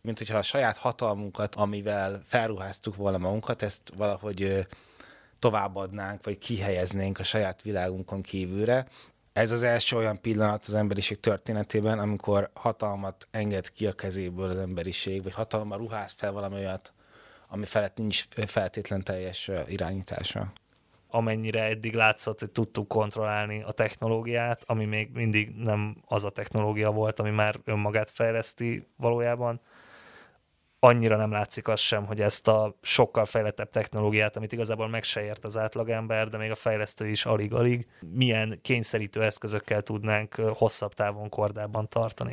mint hogyha a saját hatalmunkat, amivel felruháztuk volna magunkat, ezt valahogy továbbadnánk, vagy kihelyeznénk a saját világunkon kívülre. Ez az első olyan pillanat az emberiség történetében, amikor hatalmat enged ki a kezéből az emberiség, vagy hatalommal ruház fel valami olyat, ami felett nincs feltétlen teljes irányítása. Amennyire eddig látszott, hogy tudtuk kontrollálni a technológiát, ami még mindig nem az a technológia volt, ami már önmagát fejleszti valójában. Annyira nem látszik az sem, hogy ezt a sokkal fejlettebb technológiát, amit igazából meg se ért az átlagember, de még a fejlesztő is alig-alig, milyen kényszerítő eszközökkel tudnánk hosszabb távon kordában tartani.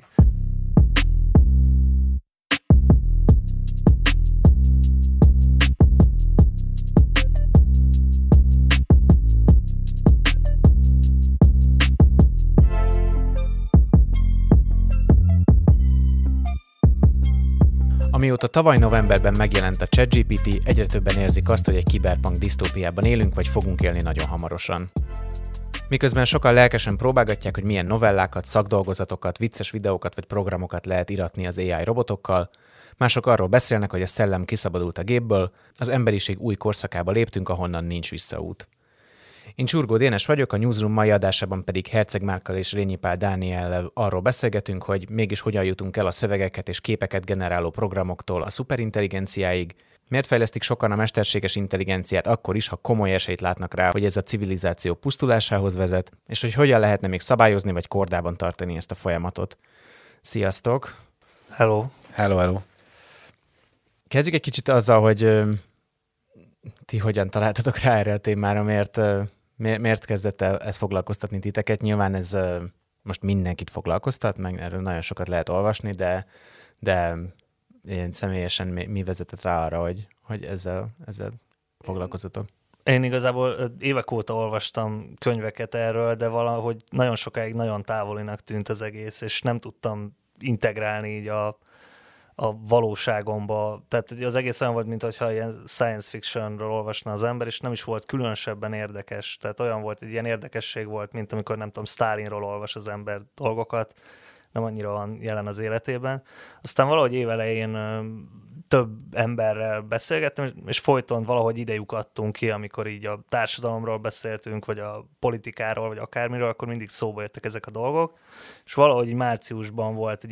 Amióta tavaly novemberben megjelent a ChatGPT, egyre többen érzik azt, hogy egy kiberpunk disztópiában élünk, vagy fogunk élni nagyon hamarosan. Miközben sokan lelkesen próbálgatják, hogy milyen novellákat, szakdolgozatokat, vicces videókat vagy programokat lehet íratni az AI robotokkal, mások arról beszélnek, hogy a szellem kiszabadult a gépből, az emberiség új korszakába léptünk, ahonnan nincs visszaút. Én Csurgó Dénes vagyok, a Newsroom mai adásában pedig Herceg Márkkal és Rényi Pál Dániellel arról beszélgetünk, hogy mégis hogyan jutunk el a szövegeket és képeket generáló programoktól a szuperintelligenciáig, miért fejlesztik sokan a mesterséges intelligenciát akkor is, ha komoly esélyt látnak rá, hogy ez a civilizáció pusztulásához vezet, és hogy hogyan lehetne még szabályozni vagy kordában tartani ezt a folyamatot. Sziasztok! Hello! Hello! Kezdjük egy kicsit azzal, hogy ti hogyan találtatok rá erre a témára, miért kezdett el ez foglalkoztatni titeket? Nyilván ez most mindenkit foglalkoztat, meg erről nagyon sokat lehet olvasni, de én személyesen mi vezetett rá arra, hogy ezzel foglalkozatok? Én igazából évek óta olvastam könyveket erről, de valahogy nagyon sokáig nagyon távolinak tűnt az egész, és nem tudtam integrálni így a valóságomba. Tehát az egész olyan volt, mintha ilyen science fictionről olvasna az ember, és nem is volt különösebben érdekes. Tehát olyan volt, egy ilyen érdekesség volt, mint amikor nem tudom, Sztálinról olvas az ember dolgokat, nem annyira van jelen az életében. Aztán valahogy évelején több emberrel beszélgettem, és folyton valahogy idejük adtunk ki, amikor így a társadalomról beszéltünk, vagy a politikáról, vagy akármiről, akkor mindig szóba jöttek ezek a dolgok. És valahogy márciusban volt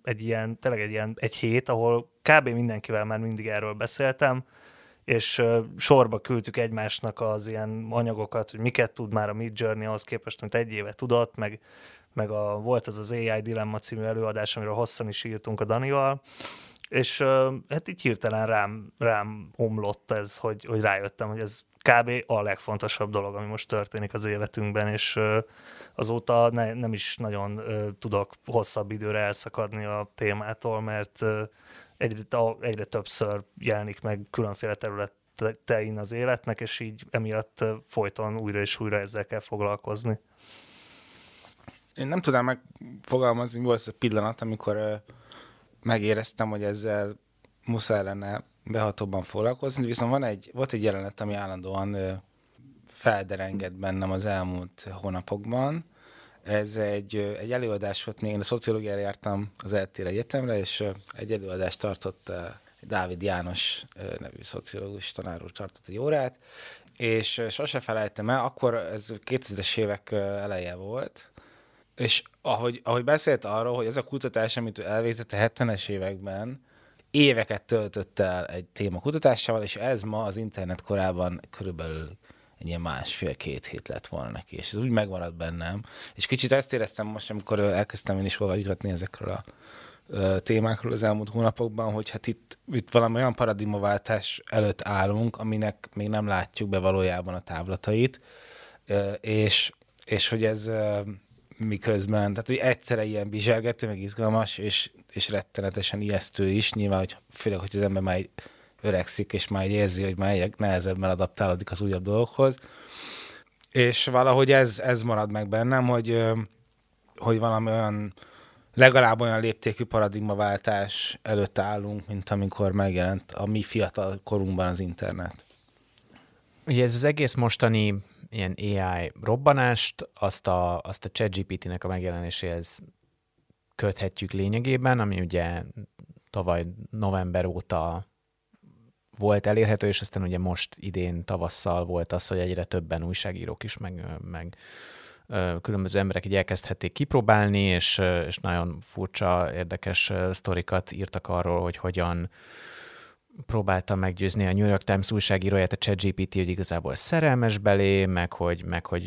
egy hét, ahol kb. Mindenkivel már mindig erről beszéltem, és sorba küldtük egymásnak az ilyen anyagokat, hogy miket tud már a Midjourney ahhoz képest, amit egy éve tudott, meg volt ez az AI Dilemma című előadás, amiről hosszan is írtunk a Danival, és hát így hirtelen rám omlott ez, hogy rájöttem, hogy ez kb. A legfontosabb dolog, ami most történik az életünkben, és azóta nem is nagyon tudok hosszabb időre elszakadni a témától, mert egyre többször jelenik meg különféle területein az életnek, és így emiatt folyton újra és újra ezzel kell foglalkozni. Én nem tudám megfogalmazni, volt ez a pillanat, amikor megéreztem, hogy ezzel muszáj lenne behatóbban foglalkozni, viszont volt egy jelenet, ami állandóan felderengett bennem az elmúlt hónapokban. Ez egy előadás volt, még én a szociológiára jártam az ELTE egyetemre, és egy előadást tartott Dávid János nevű szociológus tanár úr tartott egy órát, és sose felejtem el, akkor ez 2000-es évek eleje volt, és ahogy beszélt arról, hogy ez a kutatás, amit ő elvégzett a 70-es években, éveket töltött el egy téma kutatásával, és ez ma az internet korában körülbelül egy ilyen 1,5-2 hét lett volna neki, és ez úgy megmaradt bennem. És kicsit ezt éreztem most, amikor elkezdtem én is olvasgatni ezekről a témákról az elmúlt hónapokban, hogy hát itt valami olyan paradigmaváltás előtt állunk, aminek még nem látjuk be valójában a távlatait, és hogy ez miközben, tehát hogy egyszerre ilyen bizsergető, meg izgalmas, és rettenetesen ijesztő is, nyilván, hogy főleg, hogy az ember már öregszik, és már érzi, hogy már nehezebben adaptálódik az újabb dolgokhoz. És valahogy ez marad meg bennem, hogy valami olyan, legalább olyan léptékű paradigmaváltás előtt állunk, mint amikor megjelent a mi fiatal korunkban az internet. Ugye ez az egész mostani ilyen AI robbanást, azt a ChatGPT-nek a megjelenéséhez köthetjük lényegében, ami ugye tavaly november óta volt elérhető, és aztán ugye most idén tavasszal volt az, hogy egyre többen újságírók is, meg különböző emberek így elkezdhették kipróbálni, és nagyon furcsa, érdekes sztorikat írtak arról, hogy hogyan próbálta meggyőzni a New York Times újságíróját a ChatGPT, hogy igazából szerelmes belé, meg hogy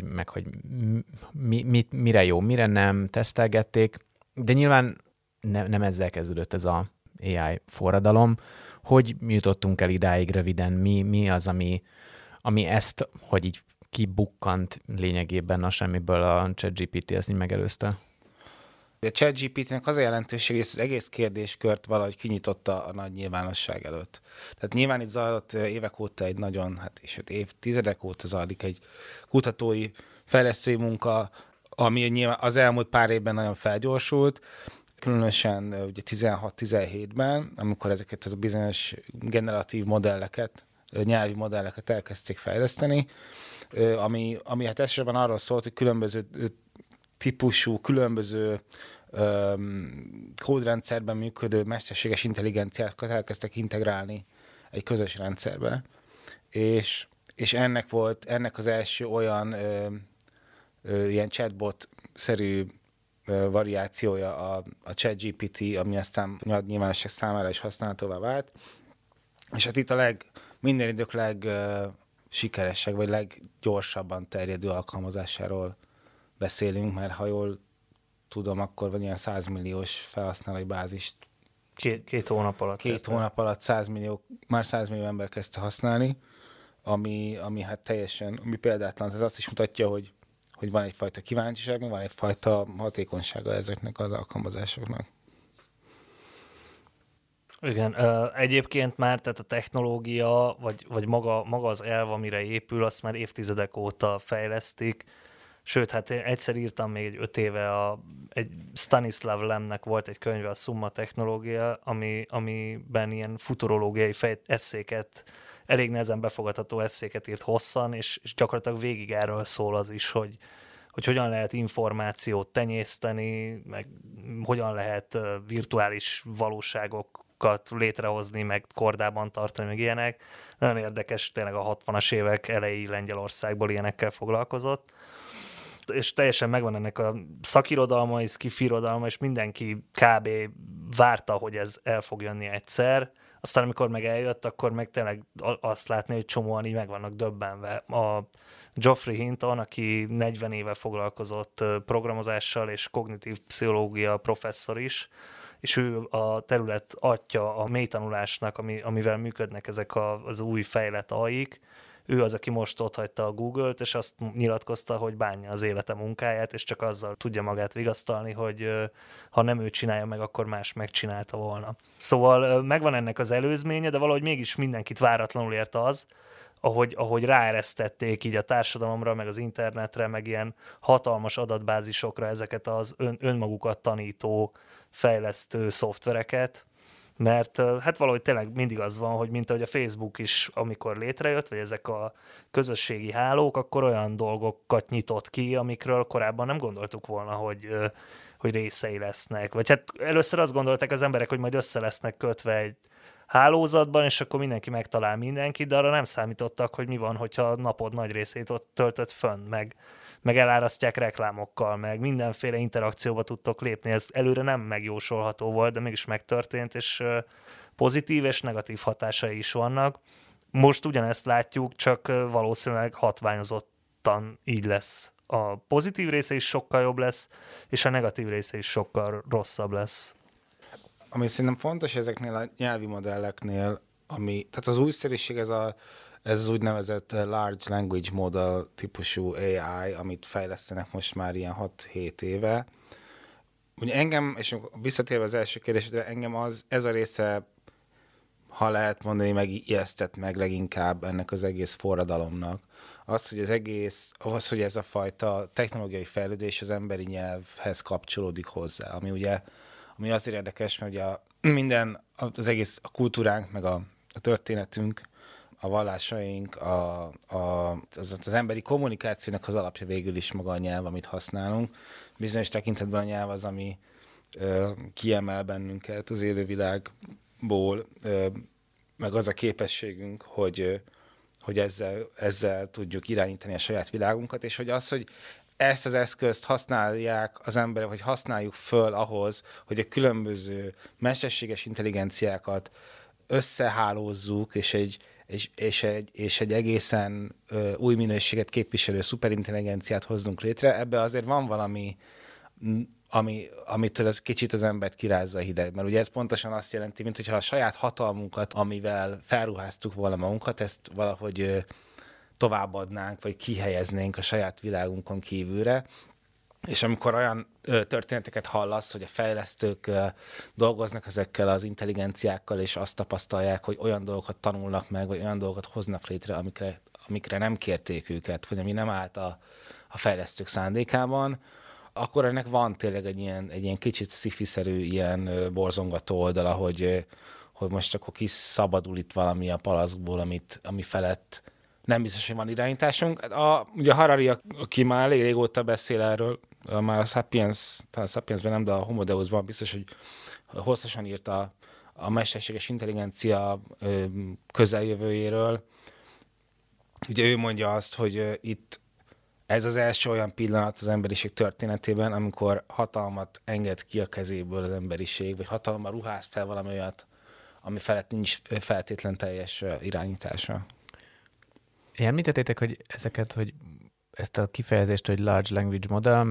mire jó, mire nem, tesztelgették, de nyilván nem ezzel kezdődött ez a AI forradalom. Hogy jutottunk el idáig röviden? Mi az, ami ezt, hogy így kibukkant lényegében a semmiből a ChatGPT, ezt így megelőzte? A ChatGPT-nek az a jelentőség, hogy ezt az egész kérdéskört valahogy kinyitotta a nagy nyilvánosság előtt. Tehát nyilván itt zajlott évek óta egy nagyon, és évtizedek óta zajlik egy kutatói, fejlesztői munka, ami nyilván az elmúlt pár évben nagyon felgyorsult, különösen ugye 16-17-ben, amikor ezeket az bizonyos generatív modelleket, nyelvi modelleket elkezdték fejleszteni, ami hát elsősorban arról szólt, hogy különböző típusú, különböző kódrendszerben működő mesterséges intelligenciákat elkezdtek integrálni egy közös rendszerbe. És ennek az első olyan ilyen chatbot-szerű variációja a ChatGPT, ami aztán nyilvánosság számára is használhatóvá vált. És hát itt minden idők legsikeresebb, vagy leggyorsabban terjedő alkalmazásáról beszélünk, mert ha jól tudom, akkor van ilyen 100 milliós felhasználói bázist. Két hónap alatt. Két hónap alatt 100 millió ember kezdte használni, ami hát teljesen, ami példátlan. Tehát azt is mutatja, hogy van egyfajta kíváncsiság, van egyfajta hatékonysága ezeknek az alkalmazásoknak. Igen, egyébként már tehát a technológia, vagy maga az elv, amire épül, azt már évtizedek óta fejlesztik. Sőt, hát én egyszer írtam még egy 5 éve, egy Stanislav Lemnek volt egy könyve, a Summa Technológia, amiben ilyen futurológiai esszéket, elég nehezen befogadható esszéket írt hosszan, és gyakorlatilag végig erről szól az is, hogy hogyan lehet információt tenyészteni, meg hogyan lehet virtuális valóságokat létrehozni, meg kordában tartani, meg ilyenek. Nagyon érdekes, tényleg a 60-as évek elejé Lengyelországból ilyenekkel foglalkozott. És teljesen megvan ennek a szakirodalma, szkifirodalma, és mindenki kb. Várta, hogy ez el fog jönni egyszer. Aztán amikor meg eljött, akkor meg tényleg azt látni, hogy csomóan így meg vannak döbbenve. A Geoffrey Hinton, aki 40 éve foglalkozott programozással, és kognitív pszichológia professzor is, és ő a terület atya a mélytanulásnak, amivel működnek ezek az új fejlett AI-k. Ő az, aki most otthagyta a Google-t, és azt nyilatkozta, hogy bánja az élete munkáját, és csak azzal tudja magát vigasztalni, hogy ha nem ő csinálja meg, akkor más megcsinálta volna. Szóval megvan ennek az előzménye, de valahogy mégis mindenkit váratlanul ért az, ahogy ráeresztették így a társadalomra, meg az internetre, meg ilyen hatalmas adatbázisokra ezeket az önmagukat tanító, fejlesztő szoftvereket, mert hát valahogy tényleg mindig az van, hogy mint ahogy a Facebook is, amikor létrejött, vagy ezek a közösségi hálók, akkor olyan dolgokat nyitott ki, amikről korábban nem gondoltuk volna, hogy részei lesznek. Vagy hát először azt gondolták az emberek, hogy majd össze lesznek kötve egy hálózatban, és akkor mindenki megtalál mindenkit, de arra nem számítottak, hogy mi van, hogyha a napod nagy részét ott töltött fönn, meg elárasztják reklámokkal, meg mindenféle interakcióba tudtok lépni. Ez előre nem megjósolható volt, de mégis megtörtént, és pozitív és negatív hatásai is vannak. Most ugyanezt látjuk, csak valószínűleg hatványozottan így lesz. A pozitív része is sokkal jobb lesz, és a negatív része is sokkal rosszabb lesz. Ami szerintem fontos ezeknél a nyelvi modelleknél, tehát az újszerűség ez az úgynevezett Large Language Model típusú AI, amit fejlesztenek most már ilyen 6-7 éve. Ugye engem, és visszatérve az első kérdésre, engem ez a része, ha lehet mondani, megijesztett meg leginkább ennek az egész forradalomnak. Az, hogy ez a fajta technológiai fejlődés az emberi nyelvhez kapcsolódik hozzá, ami azért érdekes, mert ugye az egész a kultúránk, meg a történetünk, a vallásaink, az emberi kommunikációnak az alapja végül is maga a nyelv, amit használunk. Bizonyos tekintetben a nyelv az, ami kiemel bennünket az élővilágból, meg az a képességünk, hogy ezzel tudjuk irányítani a saját világunkat, és hogy az, hogy ezt az eszközt használják az emberek, vagy használjuk föl ahhoz, hogy a különböző mesterséges intelligenciákat összehálózzuk, és egy egészen új minőséget képviselő szuperintelligenciát hozzunk létre. Ebbe azért van valami, amitől ez kicsit az embert kirázza a hideg. Mert ugye ez pontosan azt jelenti, mint hogyha a saját hatalmunkat, amivel felruháztuk volna magunkat, ezt valahogy továbbadnánk, vagy kihelyeznénk a saját világunkon kívülre. És amikor olyan történeteket hallasz, hogy a fejlesztők dolgoznak ezekkel az intelligenciákkal, és azt tapasztalják, hogy olyan dolgokat tanulnak meg, vagy olyan dolgokat hoznak létre, amikre nem kérték őket, vagy ami nem állt a fejlesztők szándékában, akkor ennek van tényleg egy ilyen kicsit sci-fi-szerű, ilyen borzongató oldala, hogy most akkor kiszabadul itt valami a palackból, ami felett nem biztos, hogy van irányításunk. Ugye a Harari, aki már elég régóta beszél erről, már a Sapiensben nem, de a Homo Deusban biztos, hogy hosszasan írt a mesterséges intelligencia közeljövőjéről. Ugye ő mondja azt, hogy itt ez az első olyan pillanat az emberiség történetében, amikor hatalmat enged ki a kezéből az emberiség, vagy hatalommal ruház fel valami olyat, ami felett nincs feltétlen teljes irányítása. Említettétek, hogy hogy ezt a kifejezést, hogy large language model,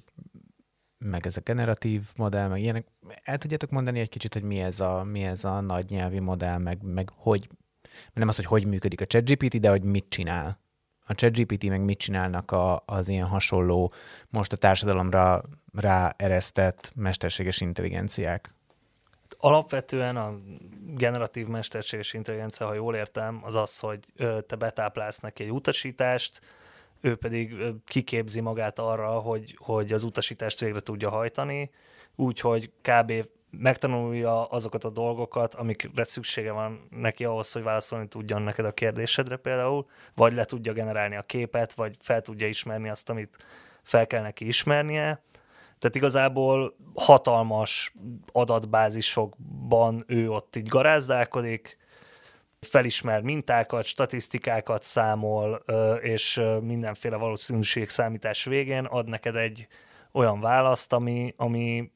meg ez a generatív modell, meg ilyenek. El tudjátok mondani egy kicsit, hogy mi ez a nagy nyelvi modell, meg hogy, nem az, hogy működik a ChatGPT, de hogy mit csinál. A ChatGPT meg mit csinálnak az ilyen hasonló, most a társadalomra ráeresztett mesterséges intelligenciák? Alapvetően a generatív mesterséges intelligencia, ha jól értem, az az, hogy te betáplálsz neki egy utasítást, ő pedig kiképzi magát arra, hogy az utasítást végre tudja hajtani, úgyhogy kb. Megtanulja azokat a dolgokat, amikre szüksége van neki ahhoz, hogy válaszolni tudjon neked a kérdésedre például, vagy le tudja generálni a képet, vagy fel tudja ismerni azt, amit fel kell neki ismernie. Tehát igazából hatalmas adatbázisokban ő ott így garázdálkodik, felismer mintákat, statisztikákat számol, és mindenféle valószínűségszámítás végén ad neked egy olyan választ, ami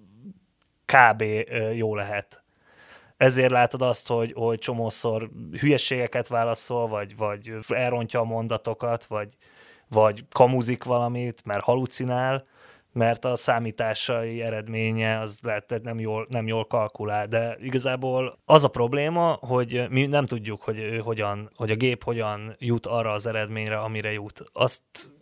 kb. Jó lehet. Ezért látod azt, hogy csomószor hülyeségeket válaszol, vagy elrontja a mondatokat, vagy kamuzik valamit, mert halucinál, mert a számításai eredménye az lehet, nem jól kalkulál. De igazából az a probléma, hogy mi nem tudjuk, hogy a gép hogyan jut arra az eredményre, amire jut. Azt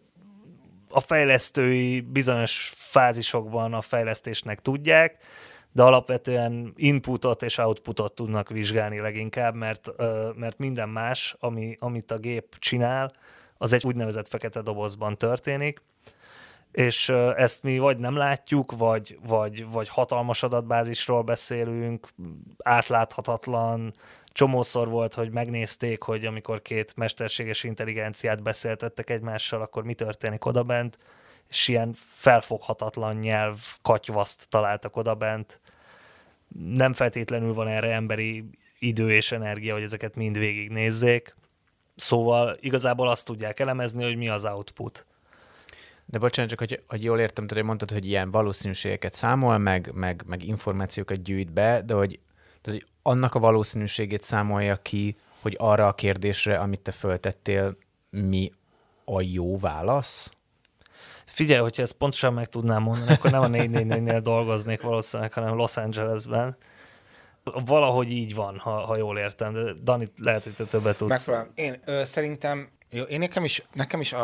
a fejlesztői bizonyos fázisokban a fejlesztésnek tudják, de alapvetően inputot és outputot tudnak vizsgálni leginkább, mert minden más, amit a gép csinál, az egy úgynevezett fekete dobozban történik, és ezt mi vagy nem látjuk, vagy hatalmas adatbázisról beszélünk, átláthatatlan. Csomószor volt, hogy megnézték, hogy amikor két mesterséges intelligenciát beszéltettek egymással, akkor mi történik odabent, és ilyen felfoghatatlan nyelv katyvaszt találtak odabent. Nem feltétlenül van erre emberi idő és energia, hogy ezeket mind végignézzék. Szóval igazából azt tudják elemezni, hogy mi az output. De bocsánat, csak hogy jól értem, hogy mondtad, hogy ilyen valószínűségeket számol, meg információkat gyűjt be, de hogy annak a valószínűségét számolja ki, hogy arra a kérdésre, amit te föltettél, mi a jó válasz? Figyelj, hogyha ezt pontosan meg tudnám mondani, akkor nem a 444-nél dolgoznék valószínűleg, hanem Los Angelesben. Valahogy így van, ha jól értem, de Dani, lehet, hogy te többet tudsz. Megpróbálom. Én szerintem, nekem is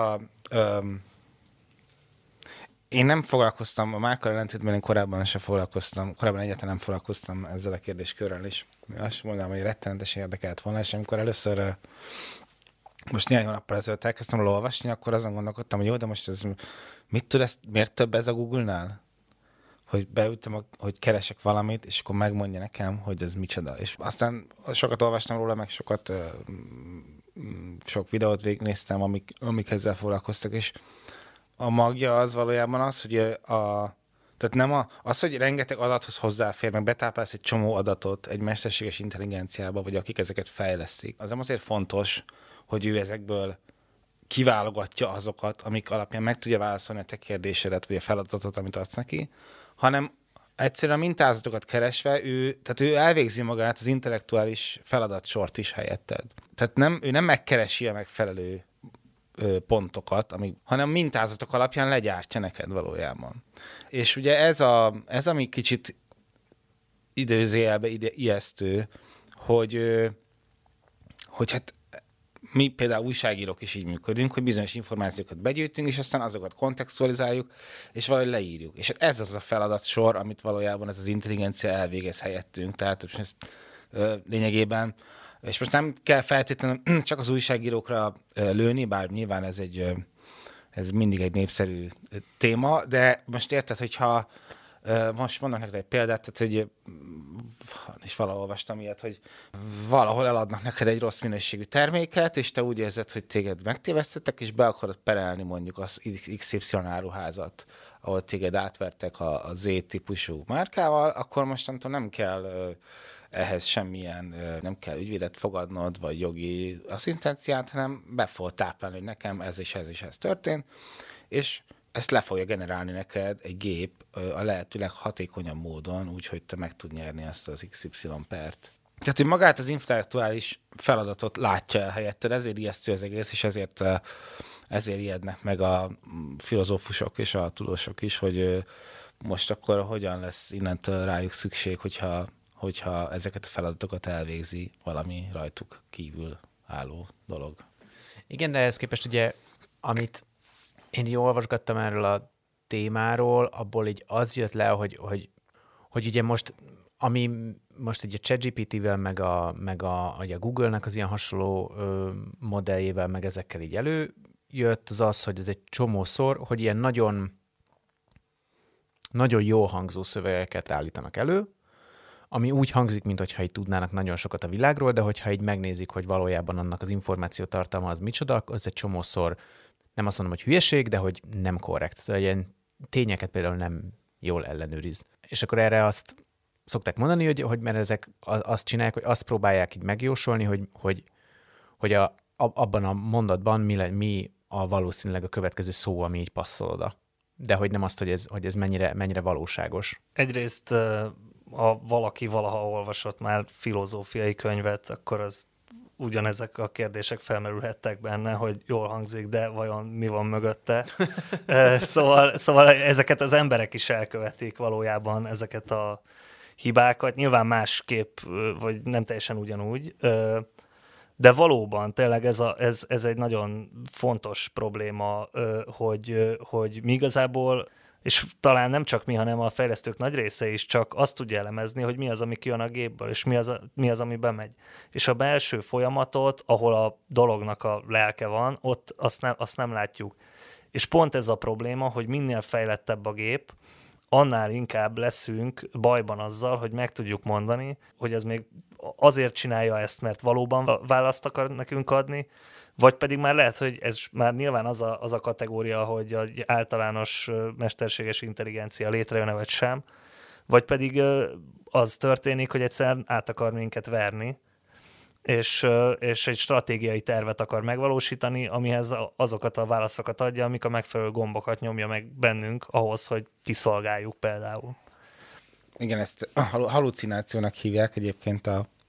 én nem foglalkoztam, a Márkkal ellentétben én korábban egyáltalán nem foglalkoztam ezzel a kérdéskörrel is. Azt mondanám, hogy rettenetesen érdekelt volna, és amikor először most néhány hónappal ezelőtt elkezdtem olvasni, akkor azon gondolkodtam, hogy jó, de most ez mit tud ezt, miért több ez a Google-nál? Hogy beültem, hogy keresek valamit, és akkor megmondja nekem, hogy ez micsoda. És aztán sokat olvastam róla, meg sok videót végignéztem, amik ezzel foglalkoztak, és a magja az valójában az, hogy Tehát nem az, hogy rengeteg adathoz hozzáfér, meg betáplálsz egy csomó adatot egy mesterséges intelligenciába, vagy akik ezeket fejlesztik. Az nem azért fontos, hogy ő ezekből kiválogatja azokat, amik alapján meg tudja válaszolni a te kérdésedet, vagy a feladatot, amit adsz neki, hanem egyszerűen a mintázatokat keresve tehát ő elvégzi magát az intellektuális feladatsort is helyetted. Tehát ő nem megkeresi a megfelelő pontokat, hanem mintázatok alapján legyártja neked valójában. És ugye ez ami kicsit időzőjelbe ijesztő, hogy hát mi például újságírók is így működünk, hogy bizonyos információkat begyűjtünk, és aztán azokat kontextualizáljuk, és valahogy leírjuk. És ez az a feladatsor, amit valójában ez az intelligencia elvégez helyettünk. Tehát ezt lényegében, és most nem kell feltétlenül csak az újságírókra lőni, bár nyilván ez mindig egy népszerű téma, de most érted, hogyha most mondok neked egy példát, tehát, hogy és valahol olvastam ilyet, hogy valahol eladnak neked egy rossz minőségű terméket, és te úgy érzed, hogy téged megtévesztettek, és be akarod perelni mondjuk az XY áruházat, ahol téged átvertek a Z-típusú márkával, akkor mostantól nem kell ehhez semmilyen, nem kell ügyvédet fogadnod, vagy jogi asszisztenciát, hanem be fogod táplálni, hogy nekem ez és ez történt, és ezt le fogja generálni neked egy gép a lehetőleg hatékonyabb módon, úgyhogy te meg tud nyerni ezt az XY pert. Tehát, hogy magát az intellektuális feladatot látja el helyetted, ezért ijesztő az egész, és ezért ijednek meg a filozófusok és a tudósok is, hogy most akkor hogyan lesz innentől rájuk szükség, hogyha ezeket a feladatokat elvégzi valami rajtuk kívül álló dolog. Igen, de ehhez képest ugye, amit én így olvasgattam erről a témáról, abból így az jött le, hogy ugye most, ami most egy a ChatGPT-vel, meg a Google-nek az ilyen hasonló modelljével, meg ezekkel így előjött, az, hogy ez egy csomószor, hogy ilyen nagyon, nagyon jól hangzó szövegeket állítanak elő, ami úgy hangzik, mintha így tudnának nagyon sokat a világról, de hogyha így megnézik, hogy valójában annak az információ tartalma az micsoda, az egy csomószor nem azt mondom, hogy hülyeség, de hogy nem korrekt. Szóval ilyen tényeket például nem jól ellenőriz. És akkor erre azt szokták mondani, hogy mert ezek azt csinálják, hogy azt próbálják így megjósolni, hogy abban a mondatban mi a valószínűleg a következő szó, ami így passzol oda. De hogy nem azt, hogy ez mennyire valóságos. Egyrészt, ha valaki valaha olvasott már filozófiai könyvet, akkor az ugyanezek a kérdések felmerülhettek benne, hogy jól hangzik, de vajon mi van mögötte. Szóval ezeket az emberek is elkövetik valójában, ezeket a hibákat. Nyilván másképp, vagy nem teljesen ugyanúgy, de valóban tényleg ez egy nagyon fontos probléma, hogy mi igazából, és talán nem csak mi, hanem a fejlesztők nagy része is csak azt tudja elemezni, hogy mi az, ami kijön a gépből, és mi az, ami bemegy. És a belső folyamatot, ahol a dolognak a lelke van, ott azt nem látjuk. És pont ez a probléma, hogy minél fejlettebb a gép, annál inkább leszünk bajban azzal, hogy meg tudjuk mondani, hogy ez még azért csinálja ezt, mert valóban választ akar nekünk adni, vagy pedig már lehet, hogy ez már nyilván az a kategória, hogy egy általános mesterséges intelligencia létrejön-e vagy sem, vagy az történik, hogy egyszerűen át akar minket verni, és egy stratégiai tervet akar megvalósítani, amihez azokat a válaszokat adja, amik a megfelelő gombokat nyomja meg bennünk ahhoz, hogy kiszolgáljuk például. Igen, ezt halucinációnak hívják egyébként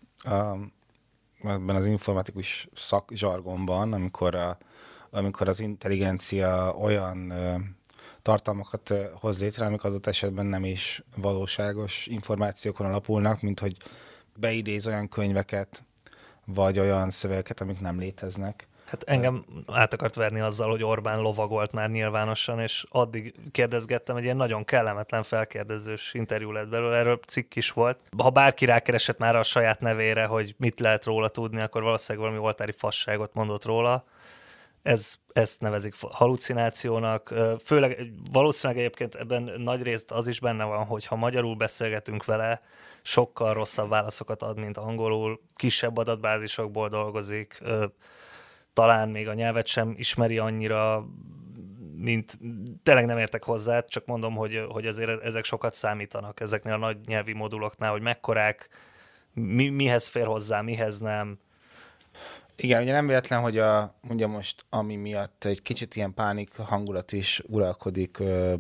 ebben az informatikus szakzsargonban, amikor az intelligencia olyan tartalmakat hoz létre, amik adott esetben nem is valóságos információkon alapulnak, mint hogy beidéz olyan könyveket, vagy olyan szövegeket, amik nem léteznek. Hát engem át akart verni azzal, hogy Orbán lovagolt már nyilvánosan, és addig kérdezgettem, egy ilyen nagyon kellemetlen felkérdezős interjú lett belőle, erről cikk is volt. Ha bárki rákeresett már a saját nevére, hogy mit lehet róla tudni, akkor valószínűleg valami oltári fasságot mondott róla. Ezt nevezik halucinációnak. Főleg valószínűleg egyébként ebben nagy részt az is benne van, hogy ha magyarul beszélgetünk vele, sokkal rosszabb válaszokat ad, mint angolul, kisebb adatbázisokból dolgozik, talán még a nyelvet sem ismeri annyira mint tényleg nem értek hozzá, csak mondom, hogy azért ezek sokat számítanak ezeknél a nagy nyelvi moduloknál, hogy mekkorák, mihez fér hozzá, mihez nem. Igen, ugye nem véletlen, hogy ugye most, ami miatt egy kicsit ilyen pánik hangulat is uralkodik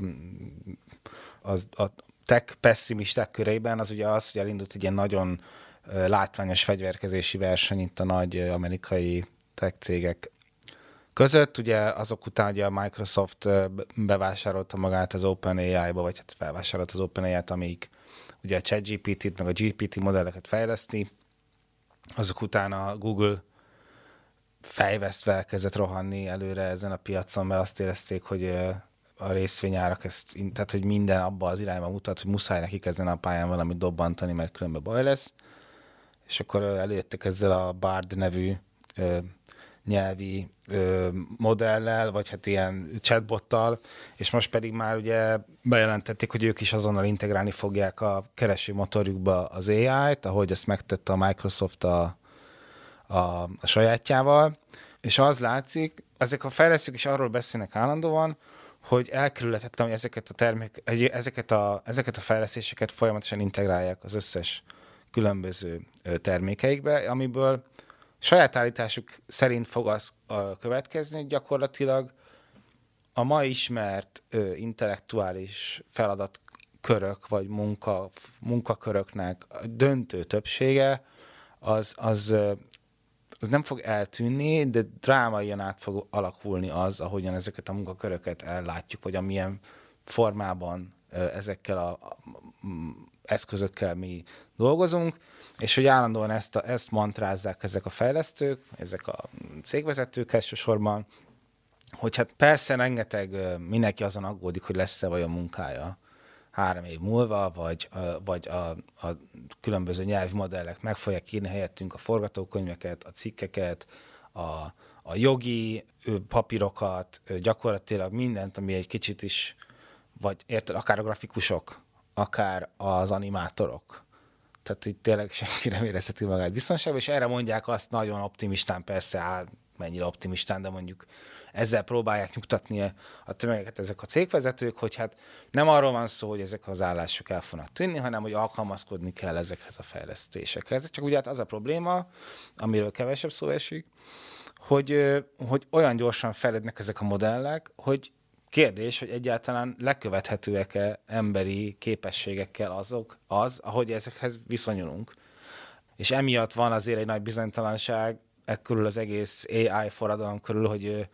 a tech pessimisták körében, az ugye az, hogy elindult egy ilyen nagyon látványos fegyverkezési verseny itt a nagy amerikai tech cégek között. Ugye azok után, hogy a Microsoft bevásárolta magát az OpenAI-ba, vagy hát felvásárolt az OpenAI-t, amelyik ugye a ChatGPT-t, meg a GPT modelleket fejleszti. Azok után a Google fejvesztve elkezdett rohanni előre ezen a piacon, mert azt érezték, hogy a részvényárak, tehát hogy minden abba az irányba mutat, hogy muszáj nekik ezen a pályán valamit dobbantani, mert különben baj lesz. És akkor előjöttek ezzel a Bard nevű nyelvi modellel, vagy hát ilyen chatbottal, és most pedig már ugye bejelentették, hogy ők is azonnal integrálni fogják a keresőmotorjukba az AI-t, ahogy ezt megtette a Microsoft a sajátjával, és az látszik, ezek a fejlesztők is arról beszélnek állandóan, hogy elkerülhetetlen, hogy ezeket a fejlesztéseket folyamatosan integrálják az összes különböző termékeikbe, amiből saját állításuk szerint fog az következni, hogy gyakorlatilag a ma ismert intellektuális feladatkörök, vagy munkaköröknek a döntő többsége az nem fog eltűnni, de drámaian át fog alakulni az, ahogyan ezeket a munkaköröket ellátjuk, vagy amilyen formában ezekkel az eszközökkel mi dolgozunk, és hogy állandóan ezt mantrázzák ezek a fejlesztők, ezek a cégvezetők elsősorban, hogy hát persze rengeteg mindenki azon aggódik, hogy lesz-e vajon munkája 3 év múlva, vagy a különböző nyelvi modellek meg fogják írni helyettünk a forgatókönyveket, a cikkeket, a jogi papírokat, gyakorlatilag mindent, ami egy kicsit is, vagy érted, akár a grafikusok, akár az animátorok. Tehát így tényleg senki nem érezheti magát biztonságban, és erre mondják azt nagyon optimistán, persze mennyire optimistán, de mondjuk ezzel próbálják nyugtatni a tömegeket ezek a cégvezetők, hogy hát nem arról van szó, hogy ezek az állások el fognak tűnni, hanem hogy alkalmazkodni kell ezekhez a fejlesztésekhez. Csak ugye hát az a probléma, amiről kevesebb szó esik, hogy olyan gyorsan fejlődnek ezek a modellek, hogy kérdés, hogy egyáltalán lekövethetőek-e emberi képességekkel ahogy ezekhez viszonyulunk. És emiatt van azért egy nagy bizonytalanság körül az egész AI forradalom körül,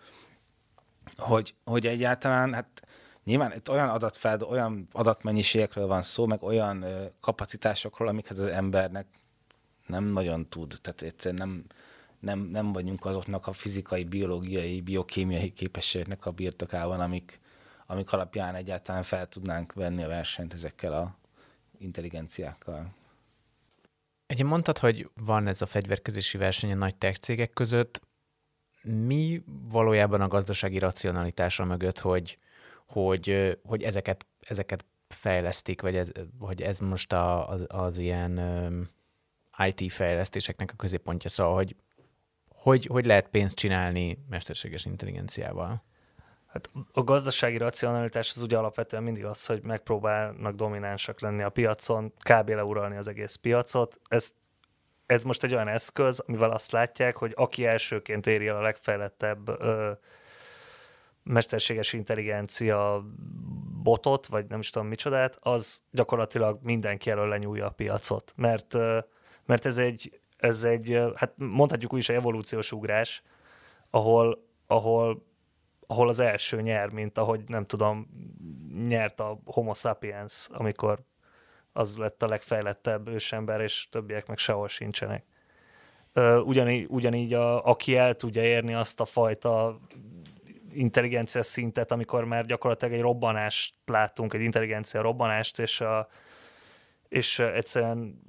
hogy egyáltalán, hát nyilván itt olyan adatmennyiségekről van szó, meg olyan kapacitásokról, amiket az embernek nem nagyon tud. Tehát egyszerűen nem vagyunk azoknak a fizikai, biológiai, biokémiai képességeknek a birtokában, amik alapján egyáltalán fel tudnánk venni a versenyt ezekkel a intelligenciákkal. Ugye mondtad, hogy van ez a fegyverkezési verseny a nagy tech cégek között. Mi valójában a gazdasági racionalitása mögött, hogy ezeket fejlesztik, vagy ez most az ilyen IT fejlesztéseknek a középpontja, szóval, hogy lehet pénzt csinálni mesterséges intelligenciával? Hát a gazdasági racionalitás az ugye alapvetően mindig az, hogy megpróbálnak dominánsak lenni a piacon, kb. Leuralni az egész piacot. Ez most egy olyan eszköz, amivel azt látják, hogy aki elsőként éri el a legfejlettebb mesterséges intelligencia botot, vagy nem is tudom micsodát, az gyakorlatilag mindenki elől lenyúlja a piacot. Mert ez egy, hát mondhatjuk úgy is, egy evolúciós ugrás, ahol az első nyer, mint ahogy nem tudom, nyert a Homo sapiens, amikor az lett a legfejlettebb ősember, és többiek meg sehol sincsenek. Ugyanígy aki el tudja érni azt a fajta intelligencia szintet, amikor már gyakorlatilag egy robbanást láttunk, egy intelligencia robbanást, és egyszerűen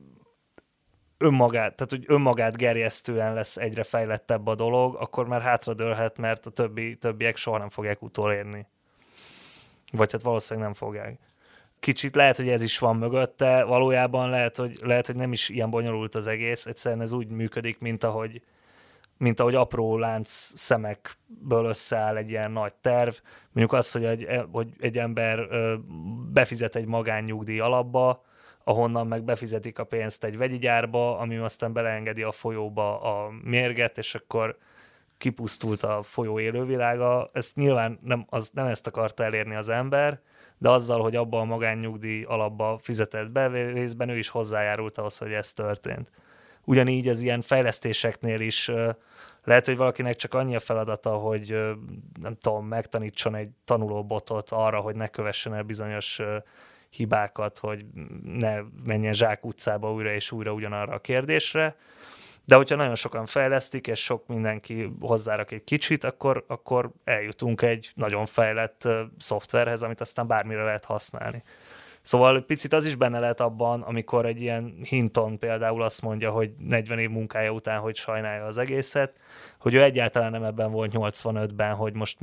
önmagát gerjesztően lesz egyre fejlettebb a dolog, akkor már hátradőlhet, mert a többiek soha nem fogják utolérni. Vagy hát valószínűleg nem fogják. Kicsit lehet, hogy ez is van mögötte, valójában lehet, hogy nem is ilyen bonyolult az egész, egyszerűen ez úgy működik, mint ahogy mint ahogy apró lánc szemekből összeáll egy ilyen nagy terv. Mondjuk az, hogy egy ember befizet egy magánnyugdíj alapba, ahonnan meg befizetik a pénzt egy vegyi gyárba, ami aztán beleengedi a folyóba a mérget, és akkor kipusztult a folyó élővilága. Ezt nyilván nem ezt akarta elérni az ember, de azzal, hogy abba a magánnyugdíj alapba fizetett be, részben ő is hozzájárult ahhoz, hogy ez történt. Ugyanígy az ilyen fejlesztéseknél is lehet, hogy valakinek csak annyi a feladata, hogy nem tudom, megtanítson egy tanulóbotot arra, hogy ne kövessen el bizonyos hibákat, hogy ne menjen zsákutcába újra és újra ugyanarra a kérdésre. De hogyha nagyon sokan fejlesztik, és sok mindenki hozzárak egy kicsit, akkor eljutunk egy nagyon fejlett szoftverhez, amit aztán bármire lehet használni. Szóval picit az is benne lehet abban, amikor egy ilyen Hinton például azt mondja, hogy 40 év munkája után, hogy sajnálja az egészet, hogy ő egyáltalán nem ebben volt 85-ben, hogy most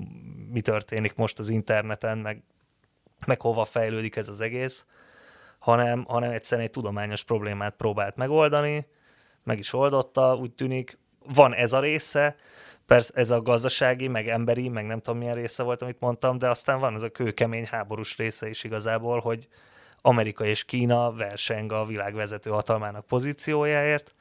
mi történik most az interneten, meg hova fejlődik ez az egész, hanem egyszerűen egy tudományos problémát próbált megoldani, meg is oldotta, úgy tűnik. Van ez a része, persze ez a gazdasági, meg emberi, meg nem tudom milyen része volt, amit mondtam, de aztán van ez a kőkemény háborús része is igazából, hogy Amerika és Kína verseng a világ vezető hatalmának pozíciójáért,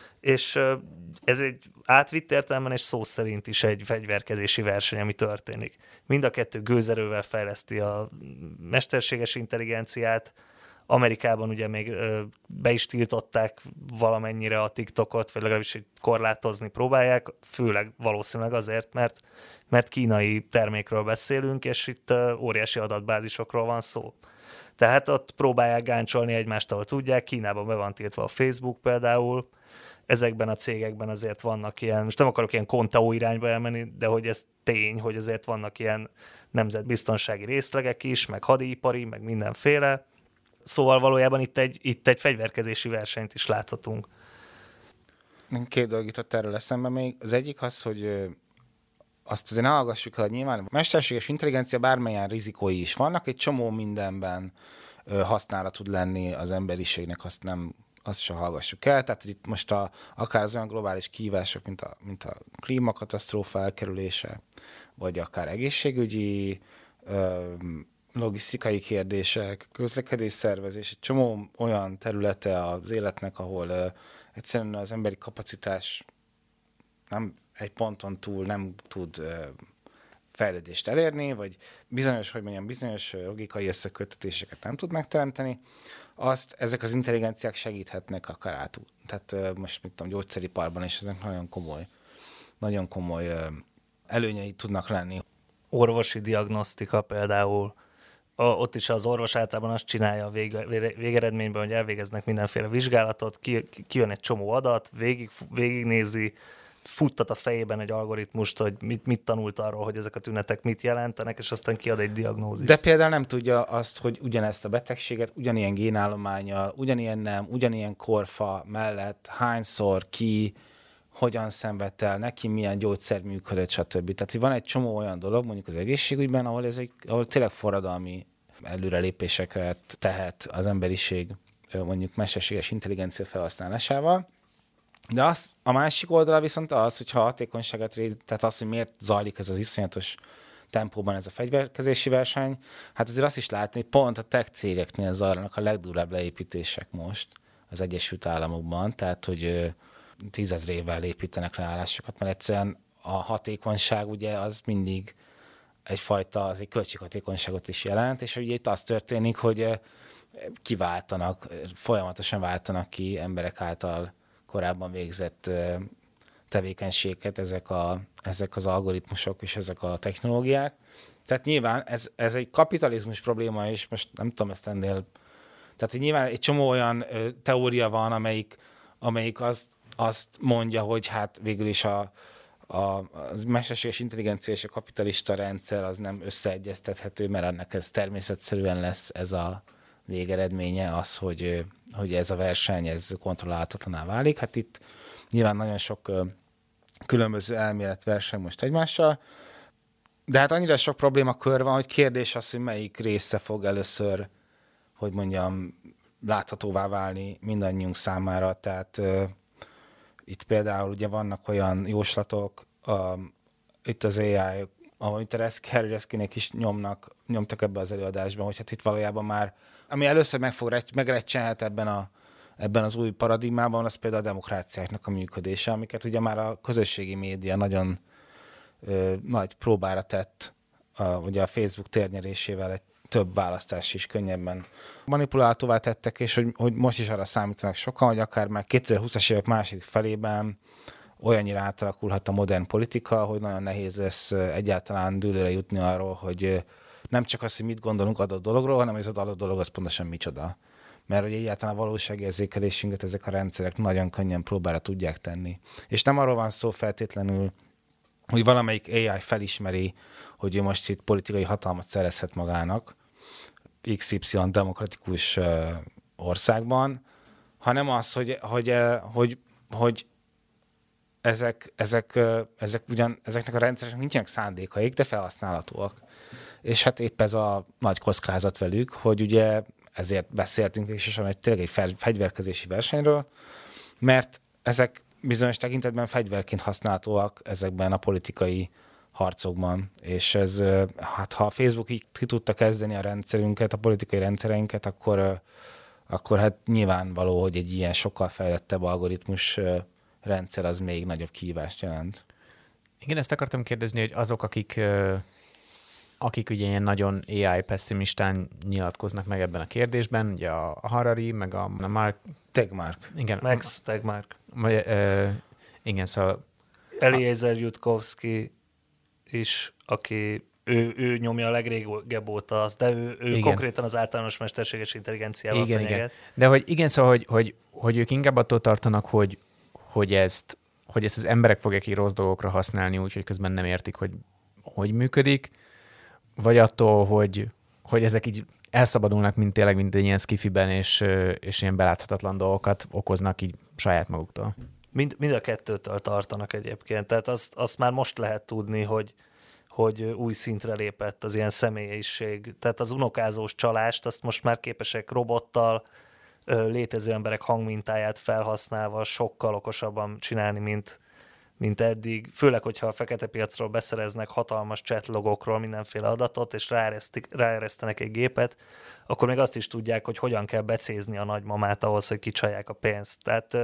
és ez egy átvitt értelemben és szó szerint is egy fegyverkezési verseny, ami történik. Mind a kettő gőzerővel fejleszti a mesterséges intelligenciát. Amerikában ugye még be is tiltották valamennyire a TikTokot, vagy legalábbis korlátozni próbálják, főleg valószínűleg azért, mert kínai termékről beszélünk, és itt óriási adatbázisokról van szó. Tehát ott próbálják gáncsolni egymást, ahol tudják. Kínában be van tiltva a Facebook például. Ezekben a cégekben azért vannak ilyen, most nem akarok ilyen kontaó irányba elmenni, de hogy ez tény, hogy azért vannak ilyen nemzetbiztonsági részlegek is, meg hadipari, meg mindenféle. Szóval valójában itt egy fegyverkezési versenyt is láthatunk. Két dolog jutott erről eszembe még. Az egyik az, hogy azt azért ne hallgassuk el, hogy nyilván a mesterséges intelligencia bármilyen rizikói is vannak, egy csomó mindenben hasznára tud lenni az emberiségnek, azt se hallgassuk el. Tehát itt most akár az olyan globális kihívások, mint a klímakatasztrófa elkerülése, vagy akár egészségügyi, logisztikai kérdések, közlekedésszervezés, egy csomó olyan területe az életnek, ahol egyszerűen az emberi kapacitás nem egy ponton túl nem tud fejlődést elérni, vagy bizonyos logikai összeköttetéseket nem tud megteremteni, azt ezek az intelligenciák segíthetnek akár át. Tehát most mit tudom, gyógyszeriparban is ezek nagyon komoly előnyei tudnak lenni. Orvosi diagnosztika például. Ott is az orvos általában azt csinálja a végeredményben, hogy elvégeznek mindenféle vizsgálatot, kijön egy csomó adat, végignézi, futtat a fejében egy algoritmust, hogy mit tanult arról, hogy ezek a tünetek mit jelentenek, és aztán kiad egy diagnózist. De például nem tudja azt, hogy ugyanezt a betegséget, ugyanilyen génállománnyal, ugyanilyen korfa mellett hányszor hogyan szenvedt el, neki milyen gyógyszer működött, stb. Tehát van egy csomó olyan dolog, mondjuk az egészségügyben, ahol tényleg forradalmi előrelépésekre tehet az emberiség mondjuk mesterséges intelligencia felhasználásával. De a másik oldala viszont az, hogyha a hatékonyságot tehát az, hogy miért zajlik ez az iszonyatos tempóban ez a fegyverkezési verseny, hát azért azt is látni, hogy pont a tech cégeknél zajlanak a legdurvább leépítések most az Egyesült Államokban, tehát hogy 10 000-ével építenek le állásokat, mert egyszerűen a hatékonyság ugye az mindig egyfajta, az egy költséghatékonyságot is jelent, és ugye itt az történik, hogy folyamatosan váltanak ki emberek által korábban végzett tevékenységeket ezek az algoritmusok és ezek a technológiák. Tehát nyilván ez egy kapitalizmus probléma, és most nem tudom ezt ennél. Tehát hogy nyilván egy csomó olyan teória van, amelyik azt mondja, hogy hát végül is a mesterséges intelligencia és a kapitalista rendszer az nem összeegyeztethető, mert ennek ez természetszerűen lesz ez a végeredménye az, hogy ez a verseny ez kontrollálhatatlaná válik. Hát itt nyilván nagyon sok különböző elméletverseny most egymással, de hát annyira sok problémakör van, hogy kérdés az, hogy melyik része fog először, hogy mondjam, láthatóvá válni mindannyiunk számára. Tehát Itt például ugye vannak olyan jóslatok, itt az AI, amit a Harry Reskinék is nyomtak ebbe az előadásban, hogy hát itt valójában már, ami először megrecsenhet ebben az új paradigmában, az például a demokráciáknak a működése, amiket ugye már a közösségi média nagyon nagy próbára tett, ugye a Facebook térnyerésével egy több választás is könnyebben manipulálhatóvá tettek, és hogy most is arra számítanak sokan, hogy akár már 2020-as évek második felében olyannyira átalakulhat a modern politika, hogy nagyon nehéz lesz egyáltalán dűlőre jutni arról, hogy nem csak az, hogy mit gondolunk adott dologról, hanem hogy az adott dolog az pontosan micsoda. Mert hogy egyáltalán a valóságérzékelésünket ezek a rendszerek nagyon könnyen próbára tudják tenni. És nem arról van szó feltétlenül, hogy valamelyik AI felismeri, hogy ő most itt politikai hatalmat szerezhet magának XY demokratikus országban, hanem az, hogy ezeknek a rendszereknek nincsenek szándékaik, de felhasználhatóak. És hát épp ez a nagy kockázat velük, hogy ugye ezért beszéltünk és tényleg egy fegyverkezési versenyről, mert ezek bizonyos tekintetben fegyverként használhatóak ezekben a politikai harcokban. És ez, hát ha a Facebook így ki tudta kezdeni a rendszerünket, a politikai rendszereinket, akkor hát nyilvánvaló, hogy egy ilyen sokkal fejlettebb algoritmus rendszer az még nagyobb kihívást jelent. Igen, ezt akartam kérdezni, hogy azok, akik ugye ilyen nagyon AI pessimistán nyilatkoznak meg ebben a kérdésben, ugye a Harari, meg a Mark... Tegmark. Igen. Max Tegmark. Igen, szóval... Eliezer Yudkowsky is, aki ő nyomja a legrégebb óta azt, de ő konkrétan az általános mesterséges intelligenciával fenyeget. Igen. De hogy igen, szóval, hogy ők inkább attól tartanak, hogy ezt az emberek fogják így rossz dolgokra használni, úgyhogy közben nem értik, hogy működik, vagy attól, hogy ezek így elszabadulnak, mint egy ilyen skifiben, és ilyen beláthatatlan dolgokat okoznak így saját maguktól. Mind a kettőtől tartanak egyébként. Tehát azt már most lehet tudni, hogy új szintre lépett az ilyen személyiség. Tehát az unokázós csalást, azt most már képesek robottal, létező emberek hangmintáját felhasználva sokkal okosabban csinálni, mint eddig. Főleg, hogyha a fekete piacról beszereznek hatalmas chatlogokról mindenféle adatot, és ráeresztenek egy gépet, akkor még azt is tudják, hogy hogyan kell becézni a nagymamát ahhoz, hogy kicsalják a pénzt. Tehát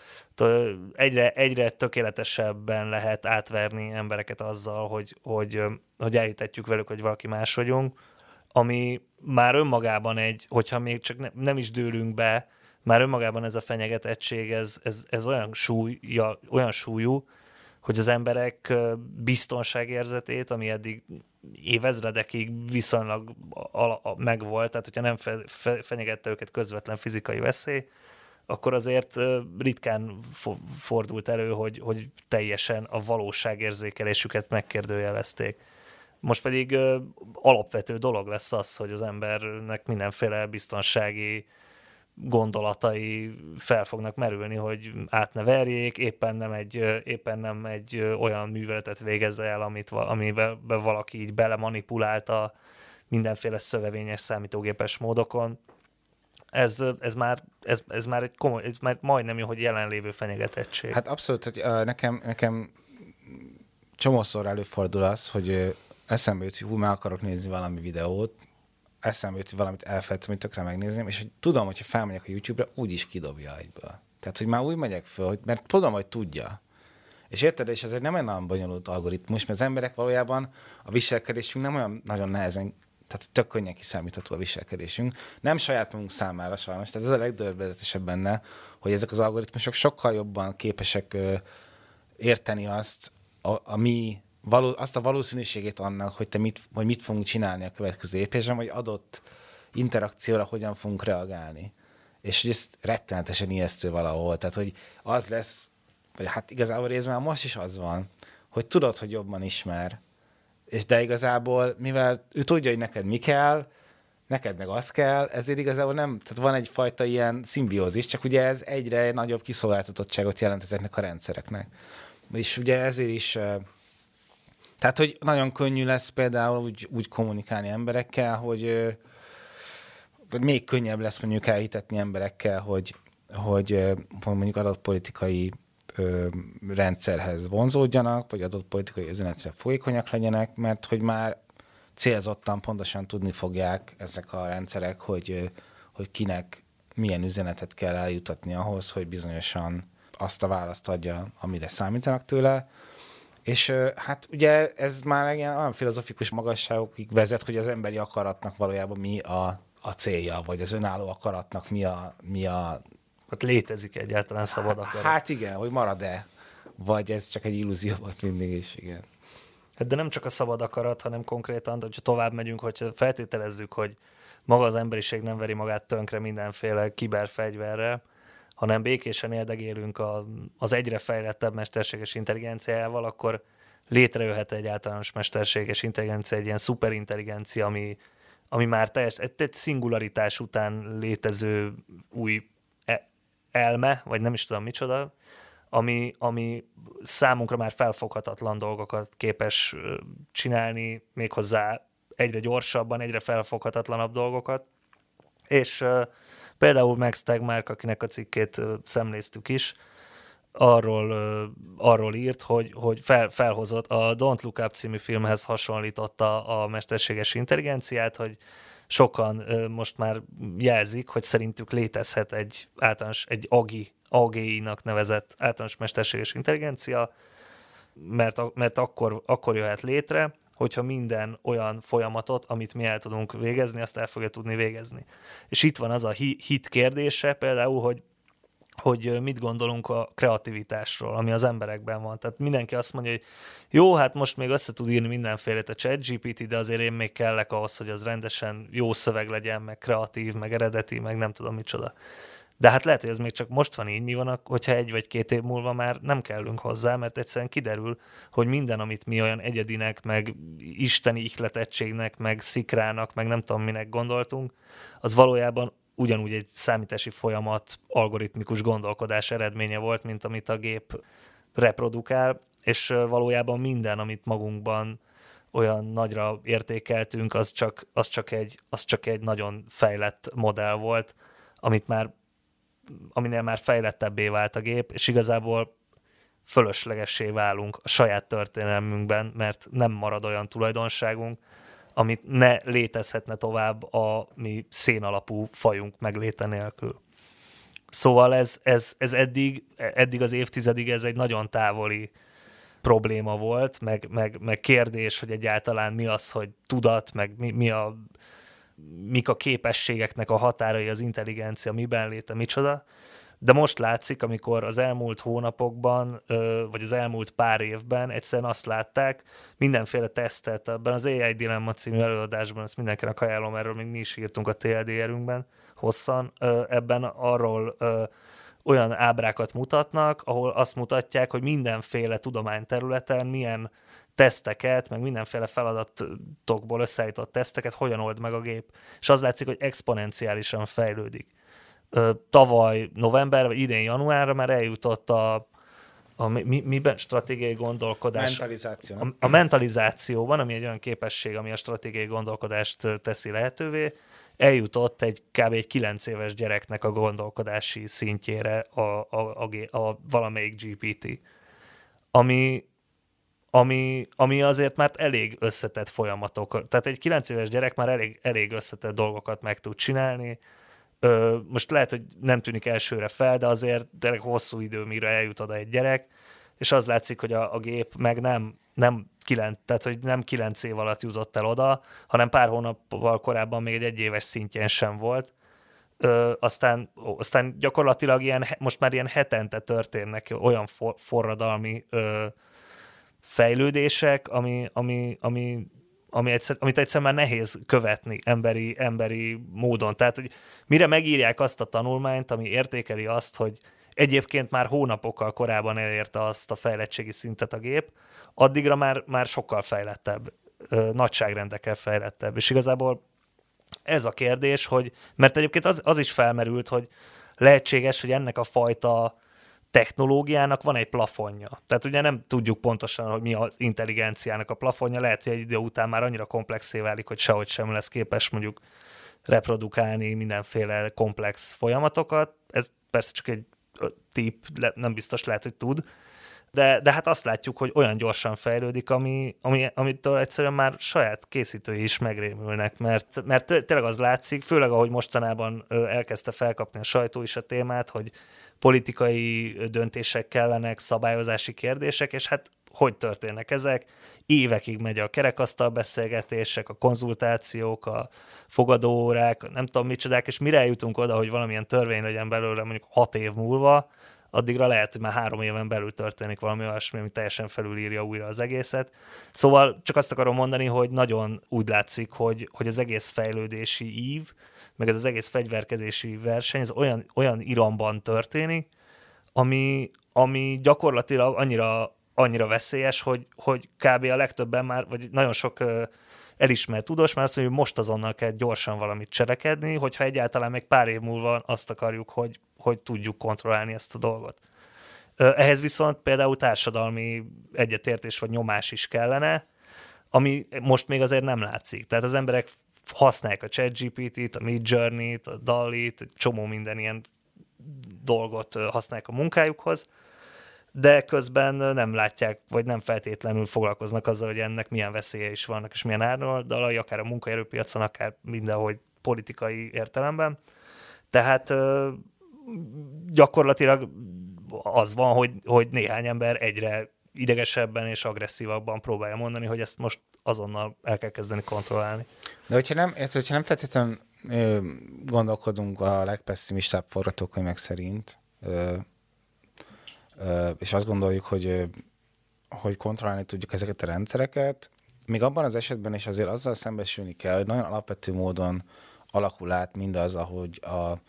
egyre tökéletesebben lehet átverni embereket azzal, hogy elhitetjük velük, hogy valaki más vagyunk, ami már önmagában hogyha még csak nem is dőlünk be, már önmagában ez a fenyegetettség, ez olyan súlyú, hogy az emberek biztonságérzetét, ami eddig évezredekig viszonylag megvolt, tehát hogyha nem fenyegette őket közvetlen fizikai veszély, akkor azért ritkán fordult elő, hogy teljesen a valóságérzékelésüket megkérdőjelezték. Most pedig alapvető dolog lesz az, hogy az embernek mindenféle biztonsági gondolatai fel fognak merülni, hogy át ne verjék, éppen nem egy olyan műveletet végezze el, amivel valaki így belemanipulálta mindenféle szövevényes számítógépes módokon. Ez már egy komoly, ez már majdnem jó, hogy jelenlévő fenyegetettség. Hát abszolút, hogy nekem csomószor előfordul az, hogy eszembe jut, hogy meg akarok nézni valami videót, eszembe jut, hogy valamit elfelejtem, hogy tökre megnézném, és hogy tudom, hogyha felmegyek a YouTube-ra, úgyis kidobja egyből. Tehát, hogy már úgy megyek föl, mert tudom, hogy tudja. És érted, és ez egy nem egy nagyon bonyolult algoritmus, mert az emberek valójában a viselkedésünk nem olyan nagyon nehezen, tehát tök könnyen kiszámítható a viselkedésünk. Nem saját magunk számára sajnos, tehát ez a legdörbenetesebb benne, hogy ezek az algoritmusok sokkal jobban képesek érteni azt a valószínűségét annak, hogy mit fogunk csinálni a következő lépésben, vagy adott interakcióra hogyan fogunk reagálni. És hogy ez rettenetesen ijesztő valahol. Tehát, hogy az lesz, vagy hát igazából részben most is az van, hogy tudod, hogy jobban ismer, de igazából, mivel ő tudja, hogy neked mi kell, neked meg az kell, ezért igazából nem, tehát van egyfajta ilyen szimbiózis, csak ugye ez egyre nagyobb kiszolgáltatottságot jelent ezeknek a rendszereknek. És ugye ezért is, tehát, hogy nagyon könnyű lesz például úgy kommunikálni emberekkel, hogy még könnyebb lesz mondjuk elhitetni emberekkel, hogy mondjuk adott politikai rendszerhez vonzódjanak, vagy adott politikai üzenetre folyékonyak legyenek, mert hogy már célzottan pontosan tudni fogják ezek a rendszerek, hogy kinek milyen üzenetet kell eljutatni ahhoz, hogy bizonyosan azt a választ adja, amire számítanak tőle. És hát ugye ez már ilyen olyan filozofikus magasságokig vezet, hogy az emberi akaratnak valójában mi a célja, vagy az önálló akaratnak mi a Hát létezik egyáltalán szabad akarat. Hát igen, hogy marad-e, vagy ez csak egy illúzió volt mindig is, igen. Hát de nem csak a szabad akarat, hanem konkrétan, hogyha tovább megyünk, hogyha feltételezzük, hogy maga az emberiség nem veri magát tönkre mindenféle kiberfegyverrel, hanem békésen éldegélünk az egyre fejlettebb mesterséges intelligenciájával, akkor létrejöhet egy általános mesterséges intelligencia, egy ilyen szuperintelligencia, ami már egy szingularitás után létező új elme, vagy nem is tudom micsoda, ami számunkra már felfoghatatlan dolgokat képes csinálni, méghozzá egyre gyorsabban, egyre felfoghatatlanabb dolgokat. És például Max Tegmark, akinek a cikkét szemléztük is, arról írt, hogy felhozott, a Don't Look Up című filmhez hasonlította a mesterséges intelligenciát, hogy sokan most már jelzik, hogy szerintük létezhet egy AGI-nak nevezett általános mesterséges intelligencia, mert akkor jöhet létre, hogyha minden olyan folyamatot, amit mi el tudunk végezni, azt el fogja tudni végezni. És itt van az a hit kérdése például, hogy mit gondolunk a kreativitásról, ami az emberekben van. Tehát mindenki azt mondja, hogy jó, hát most még össze tud írni mindenfélét a ChatGPT, de azért én még kellek ahhoz, hogy az rendesen jó szöveg legyen, meg kreatív, meg eredeti, meg nem tudom micsoda. De hát lehet, hogy ez még csak most van így, mi van, hogyha 1 vagy 2 év múlva már nem kellünk hozzá, mert egyszerűen kiderül, hogy minden, amit mi olyan egyedinek, meg isteni ihletettségnek, meg szikrának, meg nem tudom minek gondoltunk, az valójában ugyanúgy egy számítási folyamat, algoritmikus gondolkodás eredménye volt, mint amit a gép reprodukál, és valójában minden, amit magunkban olyan nagyra értékeltünk, az csak egy nagyon fejlett modell volt, aminél már fejlettebbé vált a gép, és igazából fölöslegessé válunk a saját történelmünkben, mert nem marad olyan tulajdonságunk, amit ne létezhetne tovább a mi szénalapú fajunk megléte nélkül. Szóval ez eddig az évtizedig ez egy nagyon távoli probléma volt, meg kérdés, hogy egyáltalán mi az, hogy tudat, meg mik a képességeknek a határai, az intelligencia, miben léte, micsoda. De most látszik, amikor az elmúlt hónapokban, vagy az elmúlt pár évben egyszerűen azt látták, mindenféle tesztet, ebben az AI Dilemma című előadásban, ezt mindenkinek ajánlom, erről még mi is írtunk a TLDR-ünkben hosszan, ebben arról olyan ábrákat mutatnak, ahol azt mutatják, hogy mindenféle tudományterületen milyen teszteket, meg mindenféle feladatokból összeállított teszteket hogyan old meg a gép. És az látszik, hogy exponenciálisan fejlődik. Tavaly november, vagy idén januárra már eljutott miben stratégiai gondolkodás. A mentalizációban, ami egy olyan képesség, ami a stratégiai gondolkodást teszi lehetővé, eljutott kb. Egy 9 éves gyereknek a gondolkodási szintjére a valamelyik GPT. Ami azért már elég összetett folyamatok. Tehát egy 9 éves gyerek már elég összetett dolgokat meg tud csinálni. Most lehet, hogy nem tűnik elsőre fel, de azért tényleg hosszú idő, mire eljut oda egy gyerek, és az látszik, hogy a gép meg tehát, hogy nem 9 év alatt jutott el oda, hanem pár hónappal korábban még egy éves szintjén sem volt. Aztán gyakorlatilag most már ilyen hetente történnek olyan forradalmi fejlődések, amit egyszer már nehéz követni emberi módon. Tehát, hogy mire megírják azt a tanulmányt, ami értékeli azt, hogy egyébként már hónapokkal korábban elérte azt a fejlettségi szintet a gép, addigra már sokkal fejlettebb, nagyságrendekkel fejlettebb. És igazából ez a kérdés, mert egyébként az is felmerült, hogy lehetséges, hogy ennek a fajta technológiának van egy plafonja. Tehát ugye nem tudjuk pontosan, hogy mi az intelligenciának a plafonja. Lehet, hogy egy idő után már annyira komplexé válik, hogy sehogy sem lesz képes mondjuk reprodukálni mindenféle komplex folyamatokat. Ez persze csak egy tip, nem biztos, lehet, hogy tud, de hát azt látjuk, hogy olyan gyorsan fejlődik, amitől egyszerűen már saját készítői is megrémülnek, mert tényleg az látszik, főleg ahogy mostanában elkezdte felkapni a sajtó is a témát, hogy politikai döntések kellenek, szabályozási kérdések, és hát hogy történnek ezek? Évekig megy a kerekasztal beszélgetések, a konzultációk, a fogadóórák, nem tudom micsodák, és mire jutunk oda, hogy valamilyen törvény legyen belőle mondjuk 6 év múlva, addigra lehet, hogy már 3 éven belül történik valami olyasmi, ami teljesen felülírja újra az egészet. Szóval csak azt akarom mondani, hogy nagyon úgy látszik, hogy az egész fejlődési ív, meg ez az egész fegyverkezési verseny, ez olyan iramban történik, ami gyakorlatilag annyira veszélyes, hogy kb. A legtöbben már, vagy nagyon sok elismert tudós már azt mondja, hogy most azonnal kell gyorsan valamit cselekedni, hogyha egyáltalán még pár év múlva azt akarjuk, hogy tudjuk kontrollálni ezt a dolgot. Ehhez viszont például társadalmi egyetértés vagy nyomás is kellene, ami most még azért nem látszik. Tehát az emberek használják a ChatGPT-t, a Midjourney-t, a DALL-t, egy csomó minden ilyen dolgot használják a munkájukhoz, de közben nem látják, vagy nem feltétlenül foglalkoznak azzal, hogy ennek milyen veszélye is vannak, és milyen árnyoldalai, akár a munkaerőpiacon, akár mindenhogy politikai értelemben. Tehát gyakorlatilag az van, hogy néhány ember egyre idegesebben és agresszívabban próbálja mondani, hogy ezt most azonnal el kell kezdeni kontrollálni. De hogyha nem feltétlenül gondolkodunk a legpesszimistább forgatókönyvek szerint, és azt gondoljuk, hogy kontrollálni tudjuk ezeket a rendszereket, még abban az esetben is azért azzal szembesülni kell, hogy nagyon alapvető módon alakul át mindaz, ahogy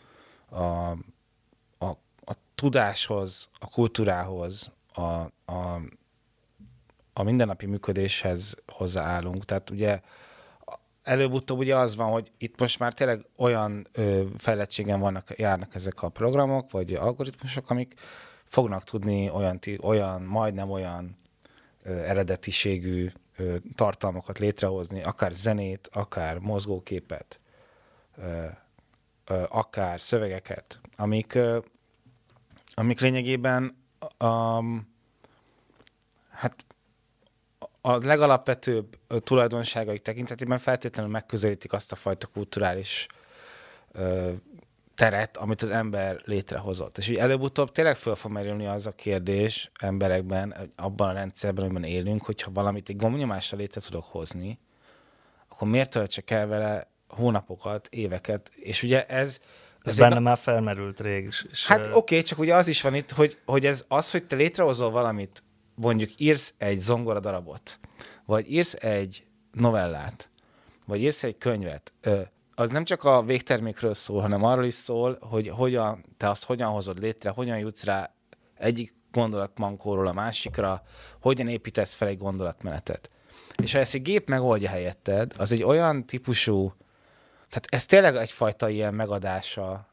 a tudáshoz, a kultúrához, a mindennapi működéshez hozzáállunk. Tehát ugye előbb-utóbb ugye az van, hogy itt most már tényleg olyan fejlettségen járnak ezek a programok, vagy algoritmusok, amik fognak tudni majdnem olyan eredetiségű tartalmakat létrehozni, akár zenét, akár mozgóképet, akár szövegeket, amik lényegében hát a legalapvetőbb tulajdonságaik tekintetében feltétlenül megközelítik azt a fajta kulturális teret, amit az ember létrehozott. És így előbb-utóbb tényleg föl fog merülni az a kérdés emberekben, abban a rendszerben, amiben élünk, hogyha valamit egy gombnyomással létre tudok hozni, akkor miért töltsek el vele hónapokat, éveket, és ugye ez bennem már felmerült rég. Hát oké, csak ugye az is van itt, hogy ez az, hogy te létrehozol valamit, mondjuk írsz egy zongoradarabot, vagy írsz egy novellát, vagy írsz egy könyvet, az nem csak a végtermékről szól, hanem arról is szól, hogy te azt hogyan hozod létre, hogyan jutsz rá egyik gondolatmankóról a másikra, hogyan építesz fel egy gondolatmenetet. És ha ezt egy gép megoldja helyetted, az egy olyan típusú, tehát ez tényleg egyfajta ilyen megadása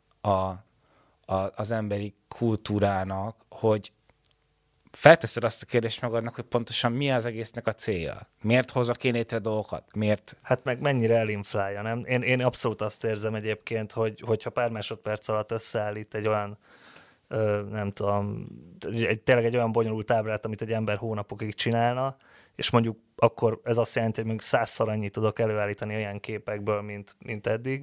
az emberi kultúrának, hogy felteszed azt a kérdést magadnak, hogy pontosan mi az egésznek a célja. Miért hozok én létre dolgokat? Miért? Hát meg mennyire elinflálja, nem? Én abszolút azt érzem egyébként, hogyha pár másodperc alatt összeállít egy olyan, nem tudom, tényleg egy olyan bonyolult ábrát, amit egy ember hónapokig csinálna, és mondjuk akkor ez azt jelenti, hogy mondjuk 100-szor annyit tudok előállítani olyan képekből, mint eddig,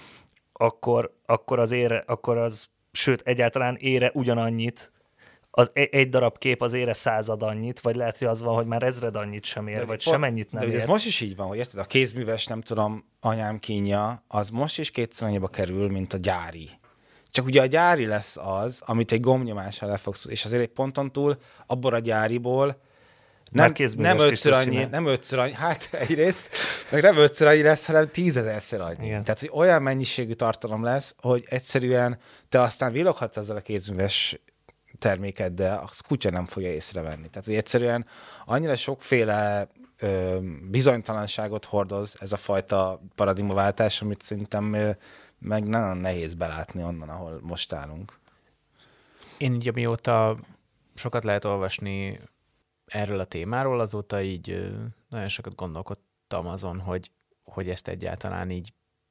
akkor az, sőt, egyáltalán ére ugyanannyit, egy darab kép az ére 100 annyit, vagy lehet, hogy az van, hogy már 1000 annyit sem ér, vagy semennyit nem ér. De ez most is így van, hogy érted, a kézműves, nem tudom, anyám kínja, az most is 2-szer annyiba kerül, mint a gyári. Csak ugye a gyári lesz az, amit egy gombnyomással le fogsz, és azért egy ponton túl abból a gyáriból nem 5-ször annyi, hát egyrészt, meg nem 5-ször annyi lesz, hanem 10 000-szer annyi. Igen. Tehát, hogy olyan mennyiségű tartalom lesz, hogy egyszerűen te aztán villoghatsz ezzel a kézműves termékeddel, az kutya nem fogja észrevenni. Tehát, hogy egyszerűen annyira sokféle bizonytalanságot hordoz ez a fajta paradigmaváltás, amit szerintem meg nagyon nehéz belátni onnan, ahol most állunk. Én így, amióta sokat lehet olvasni erről a témáról, azóta így nagyon sokat gondolkodtam azon, hogy ezt egyáltalán így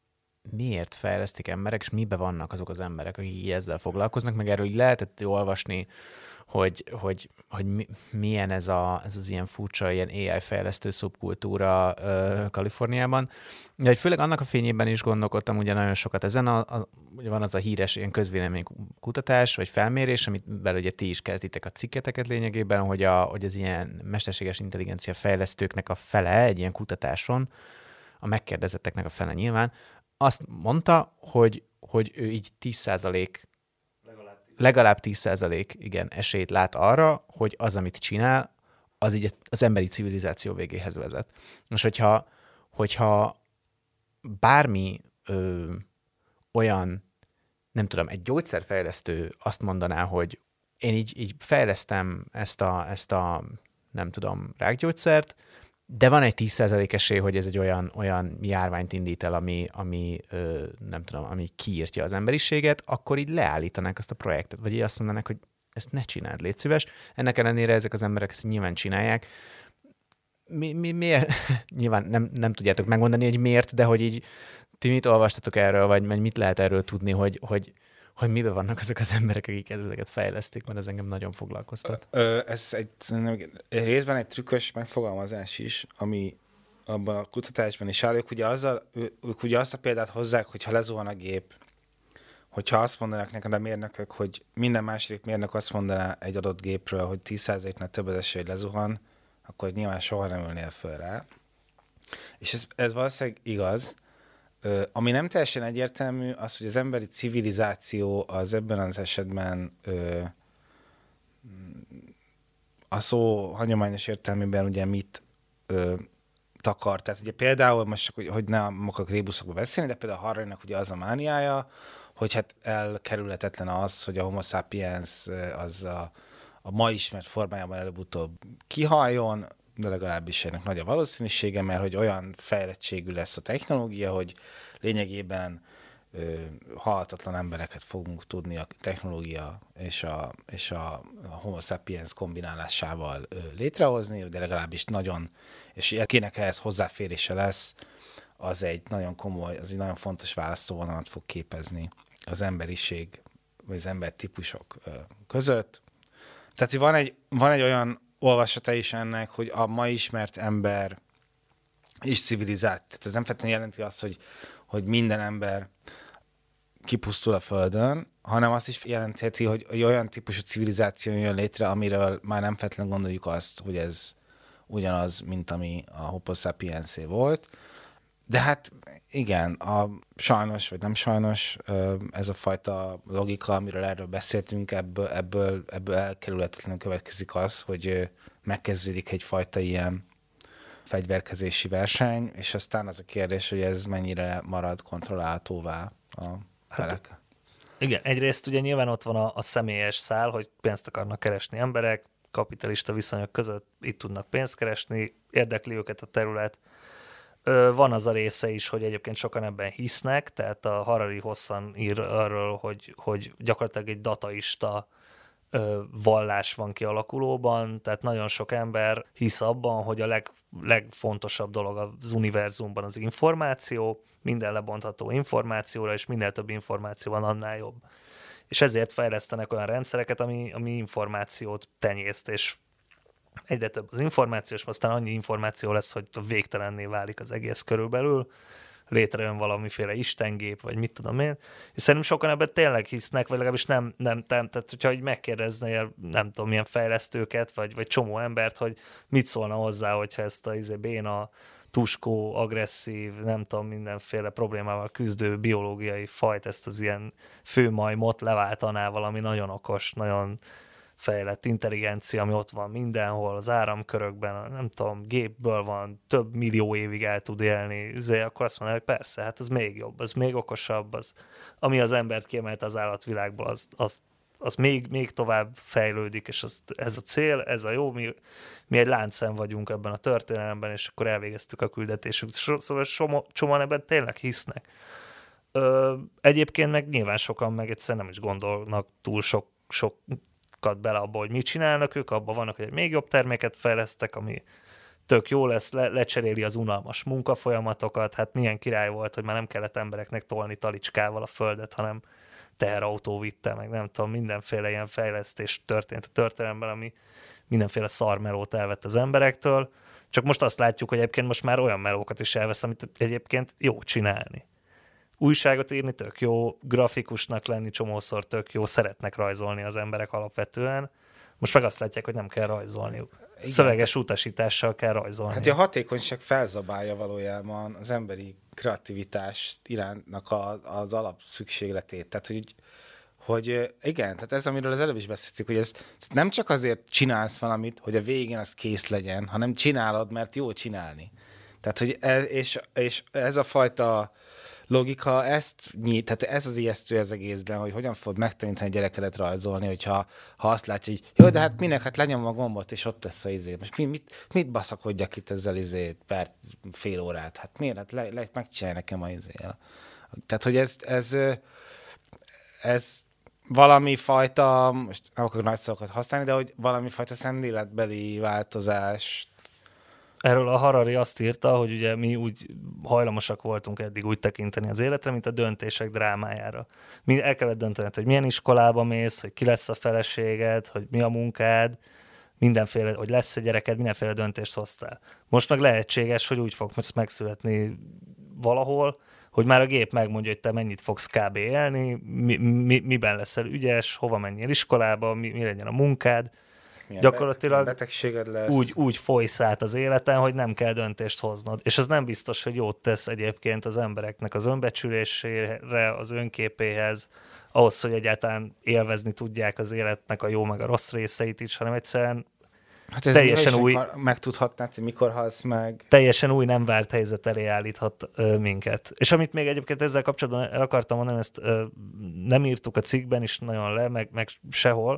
miért fejlesztik emberek, és mibe vannak azok az emberek, akik ezzel foglalkoznak, meg erről így lehetett olvasni, hogy milyen ez az ilyen furcsa, ilyen AI fejlesztő szubkultúra Kaliforniában. De hogy főleg annak a fényében is gondolkodtam ugye nagyon sokat ezen, ugye van az a híres ilyen közvéleménykutatás, vagy felmérés, amivel ugye ti is kezditek a cikketeket lényegében, hogy az ilyen mesterséges intelligencia fejlesztőknek a fele egy ilyen kutatáson, a megkérdezetteknek a fele nyilván, azt mondta, hogy ő így 10%, legalább 10% igen, esélyt lát arra, hogy az, amit csinál, az így az emberi civilizáció végéhez vezet. Most, hogyha bármi olyan, nem tudom, egy gyógyszerfejlesztő azt mondaná, hogy én így fejlesztem ezt a nem tudom, rákgyógyszert, de van egy 10% esély, hogy ez egy olyan járványt indít el, ami nem tudom, ami kiírtja az emberiséget, akkor így leállítanák azt a projektet, vagy így azt mondanák, hogy ezt ne csináld, légy szíves. Ennek ellenére ezek az emberek ezt nyilván csinálják. Miért? Nyilván nem tudjátok megmondani, hogy miért, de hogy így ti mit olvastatok erről, vagy mit lehet erről tudni, hogy miben vannak azok az emberek, akik ezeket fejlesztik, mert ez engem nagyon foglalkoztat. Ez egy részben egy trükkös megfogalmazás is, ami abban a kutatásban is áll. Ők ugye azt a példát hozzák, hogyha lezuhan a gép, hogyha azt mondanak neked a mérnökök, hogy minden második mérnök azt mondaná egy adott gépről, hogy 10%-nál több az esély, hogy lezuhan, akkor nyilván soha nem ülnél föl rá. És ez valószínűleg igaz. Ami nem teljesen egyértelmű, az, hogy az emberi civilizáció az ebben az esetben a szó hagyományos értelmében ugye mit takar. Tehát ugye például, most csak, hogy nem akarok rébuszokba beszélni, de például Hararinak ugye az a mániája, hogy hát elkerülhetetlen az, hogy a homo sapiens az a ma ismert formájában előbb-utóbb kihaljon, de legalábbis ennek nagy a valószínűsége, mert hogy olyan fejlettségű lesz a technológia, hogy lényegében halhatatlan embereket fogunk tudni a technológia és a homo sapiens kombinálásával létrehozni, de legalábbis nagyon, és akinek ehhez hozzáférése lesz, az egy nagyon komoly, az egy nagyon fontos választóvonalat fog képezni az emberiség, vagy az embertípusok között. Tehát, hogy van egy olyan olvasata is ennek, hogy a ma ismert ember is civilizált. Tehát ez nem feltétlenül jelenti azt, hogy minden ember kipusztul a Földön, hanem azt is jelentheti, hogy olyan típusú civilizáció jön létre, amiről már nem feltétlenül gondoljuk azt, hogy ez ugyanaz, mint ami a Homo sapiensé volt. De hát igen, sajnos, vagy nem sajnos, ez a fajta logika, amiről erről beszéltünk, ebből elkerülhetetlenül következik az, hogy megkezdődik egyfajta ilyen fegyverkezési verseny, és aztán az a kérdés, hogy ez mennyire marad kontrollálhatóvá a felek. Hát, igen, egyrészt ugye nyilván ott van a személyes szál, hogy pénzt akarnak keresni emberek, kapitalista viszonyok között itt tudnak pénzt keresni, érdekli őket a terület. Van az a része is, hogy egyébként sokan ebben hisznek, tehát a Harari hosszan ír arról, hogy gyakorlatilag egy dataista vallás van kialakulóban, tehát nagyon sok ember hisz abban, hogy a legfontosabb dolog az univerzumban az információ, minden lebontható információra, és minél több információ van, annál jobb. És ezért fejlesztenek olyan rendszereket, ami információt tenyészt, és egyre több az információ, és aztán annyi információ lesz, hogy végtelenné válik az egész körülbelül, létrejön valamiféle istengép, vagy mit tudom én. És szerintem sokan ebben tényleg hisznek, vagy legalábbis nem tehát hogyha így megkérdeznél, nem tudom, milyen fejlesztőket, vagy csomó embert, hogy mit szólna hozzá, hogyha ezt a béna, tuskó, agresszív, nem tudom, mindenféle problémával küzdő biológiai fajt, ezt az ilyen főmajmot leváltaná valami nagyon okos, nagyon fejlett intelligencia, ami ott van mindenhol, az áramkörökben, nem tudom, gépből van, több millió évig el tud élni, akkor azt mondja, hogy persze, hát ez még jobb, ez még okosabb, az, ami az embert kiemelte az állatvilágból, az még tovább fejlődik, és ez a cél, ez a jó, mi egy láncszem vagyunk ebben a történelemben, és akkor elvégeztük a küldetésünket. Szóval csomóan ebben tényleg hisznek. Egyébként meg nyilván sokan meg egyszerűen nem is gondolnak túl sok bele abba, hogy mit csinálnak ők, abban vannak, hogy még jobb terméket fejlesztek, ami tök jó lesz, lecseréli az unalmas munkafolyamatokat, hát milyen király volt, hogy már nem kellett embereknek tolni talicskával a földet, hanem teherautó vitte, meg nem tudom, mindenféle ilyen fejlesztés történt a történelemben, ami mindenféle szarmelót elvett az emberektől, csak most azt látjuk, hogy egyébként most már olyan melókat is elvesz, amit egyébként jó csinálni. Újságot írni tök jó, grafikusnak lenni csomószor tök jó, szeretnek rajzolni az emberek alapvetően. Most meg azt látják, hogy nem kell rajzolniuk. Igen. Szöveges utasítással kell rajzolni. Hát a hatékonyság felzabálja valójában az emberi kreativitás irántnak az alapszükségletét. Tehát, hogy igen, tehát ez, amiről az előbb is beszéltük, hogy ez nem csak azért csinálsz valamit, hogy a végén az kész legyen, hanem csinálod, mert jó csinálni. Tehát, hogy és ez a fajta logika, tehát ez az ijesztő az egészben, hogy hogyan fogod megtanítani a gyerekedet rajzolni, hogyha azt látja, hogy jó, de hát minek, hát lenyom a gombot, és ott lesz a izé. Most mit baszakodjak itt ezzel per fél órát? Hát miért? Hát megcsinálj nekem a izé. Tehát, hogy ez valami fajta, most nem akarok nagy szavakat használni, de hogy valami fajta szemléletbeli változás. Erről a Harari azt írta, hogy ugye mi úgy hajlamosak voltunk eddig úgy tekinteni az életre, mint a döntések drámájára. Mi el kellett döntened, hogy milyen iskolába mész, hogy ki lesz a feleséged, hogy mi a munkád, mindenféle, hogy lesz a gyereked, mindenféle döntést hoztál. Most meg lehetséges, hogy úgy fogsz megszületni valahol, hogy már a gép megmondja, hogy te mennyit fogsz kb. Élni, miben leszel ügyes, hova menjél iskolába, mi legyen a munkád. Milyen gyakorlatilag betegséged lesz. Úgy folysz át az életen, hogy nem kell döntést hoznod. És ez nem biztos, hogy jót tesz egyébként az embereknek az önbecsülésére, az önképéhez, ahhoz, hogy egyáltalán élvezni tudják az életnek a jó meg a rossz részeit is, hanem egyszerűen hát ez teljesen új... Megtudhatnád, hogy mikor halsz meg. Teljesen új, nem várt helyzet elé állíthat minket. És amit még egyébként ezzel kapcsolatban el akartam mondani, ezt nem írtuk a cikkben is nagyon le, meg sehol,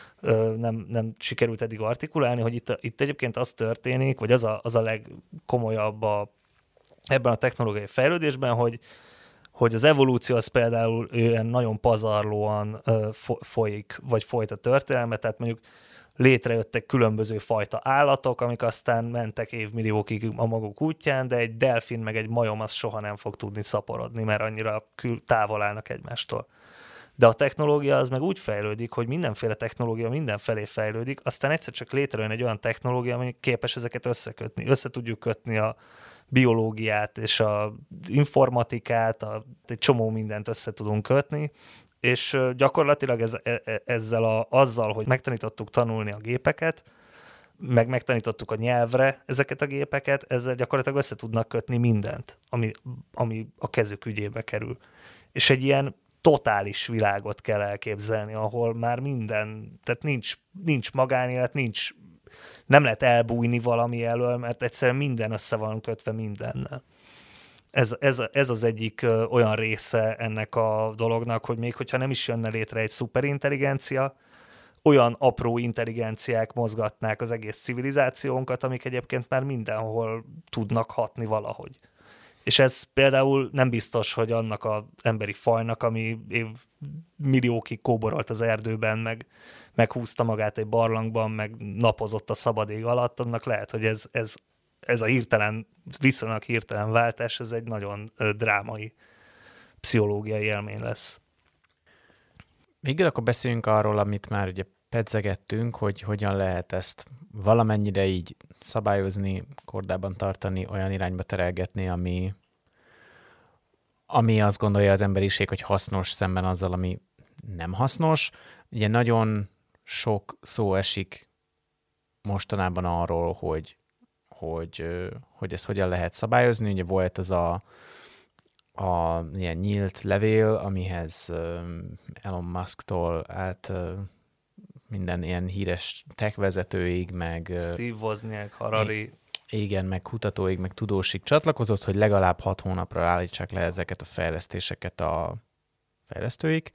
nem sikerült eddig artikulálni, hogy itt egyébként az történik, vagy az a legkomolyabb ebben a technológiai fejlődésben, hogy az evolúció az például olyan nagyon pazarlóan folyik, vagy folyt a történelmet, tehát mondjuk létrejöttek különböző fajta állatok, amik aztán mentek évmilliókig a maguk útján, de egy delfin meg egy majom az soha nem fog tudni szaporodni, mert annyira távol állnak egymástól. De a technológia az meg úgy fejlődik, hogy mindenféle technológia mindenfelé fejlődik, aztán egyszer csak létrejön egy olyan technológia, ami képes ezeket összekötni. Össze tudjuk kötni a biológiát és az informatikát, egy csomó mindent össze tudunk kötni, és gyakorlatilag azzal, hogy megtanítottuk tanulni a gépeket, megtanítottuk a nyelvre ezeket a gépeket, ezzel gyakorlatilag össze tudnak kötni mindent, ami a kezük ügyébe kerül. És egy ilyen totális világot kell elképzelni, ahol már minden, tehát nincs magánélet, nem lehet elbújni valami elől, mert egyszerűen minden össze van kötve mindennel. Ez az egyik olyan része ennek a dolognak, hogy még hogyha nem is jönne létre egy szuperintelligencia, olyan apró intelligenciák mozgatnák az egész civilizációnkat, amik egyébként már mindenhol tudnak hatni valahogy. És ez például nem biztos, hogy annak az emberi fajnak, ami milliókig kóborolt az erdőben, meghúzta magát egy barlangban, meg napozott a szabad ég alatt, annak lehet, hogy ez a viszonylag hirtelen váltás, ez egy nagyon drámai pszichológiai élmény lesz. Még akkor beszéljünk arról, amit már ugye pedzegettünk, hogy hogyan lehet ezt valamennyire így szabályozni, kordában tartani, olyan irányba terelgetni, ami azt gondolja az emberiség, hogy hasznos szemben azzal, ami nem hasznos. Ugye nagyon sok szó esik mostanában arról, hogy ezt hogyan lehet szabályozni. Ugye volt az a ilyen nyílt levél, amihez Elon Musktól át minden ilyen híres tech vezetőig, meg Steve Wozniak, Harari. Igen, meg kutatóig, meg tudósig csatlakozott, hogy legalább 6 hónapra állítsák le ezeket a fejlesztéseket a fejlesztőik.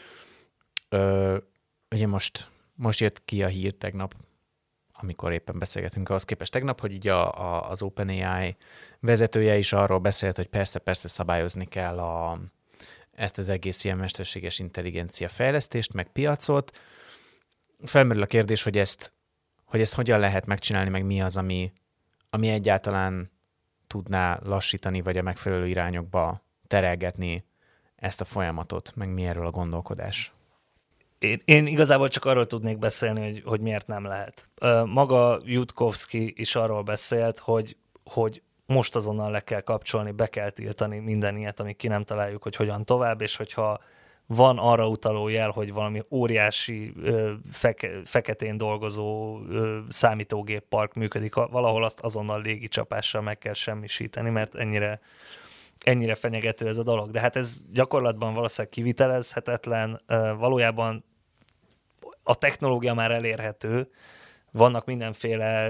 Ugye most jött ki a hír tegnap, amikor éppen beszélgetünk, ahhoz képest tegnap, hogy így az OpenAI vezetője is arról beszélt, hogy persze szabályozni kell ezt az egész ilyen mesterséges intelligencia fejlesztést, meg piacot. Felmerül a kérdés, hogy ezt hogyan lehet megcsinálni, meg mi az, ami ami egyáltalán tudná lassítani, vagy a megfelelő irányokba terelgetni ezt a folyamatot, meg mi erről a gondolkodás? Én igazából csak arról tudnék beszélni, hogy miért nem lehet. Maga Jutkovszky is arról beszélt, hogy most azonnal le kell kapcsolni, be kell tiltani minden ilyet, amíg ki nem találjuk, hogy hogyan tovább, és hogyha van arra utaló jel, hogy valami óriási feketén dolgozó számítógéppark működik valahol, azt azonnal légicsapással meg kell semmisíteni, mert ennyire fenyegető ez a dolog. De hát ez gyakorlatban valószínűleg kivitelezhetetlen, valójában a technológia már elérhető, vannak mindenféle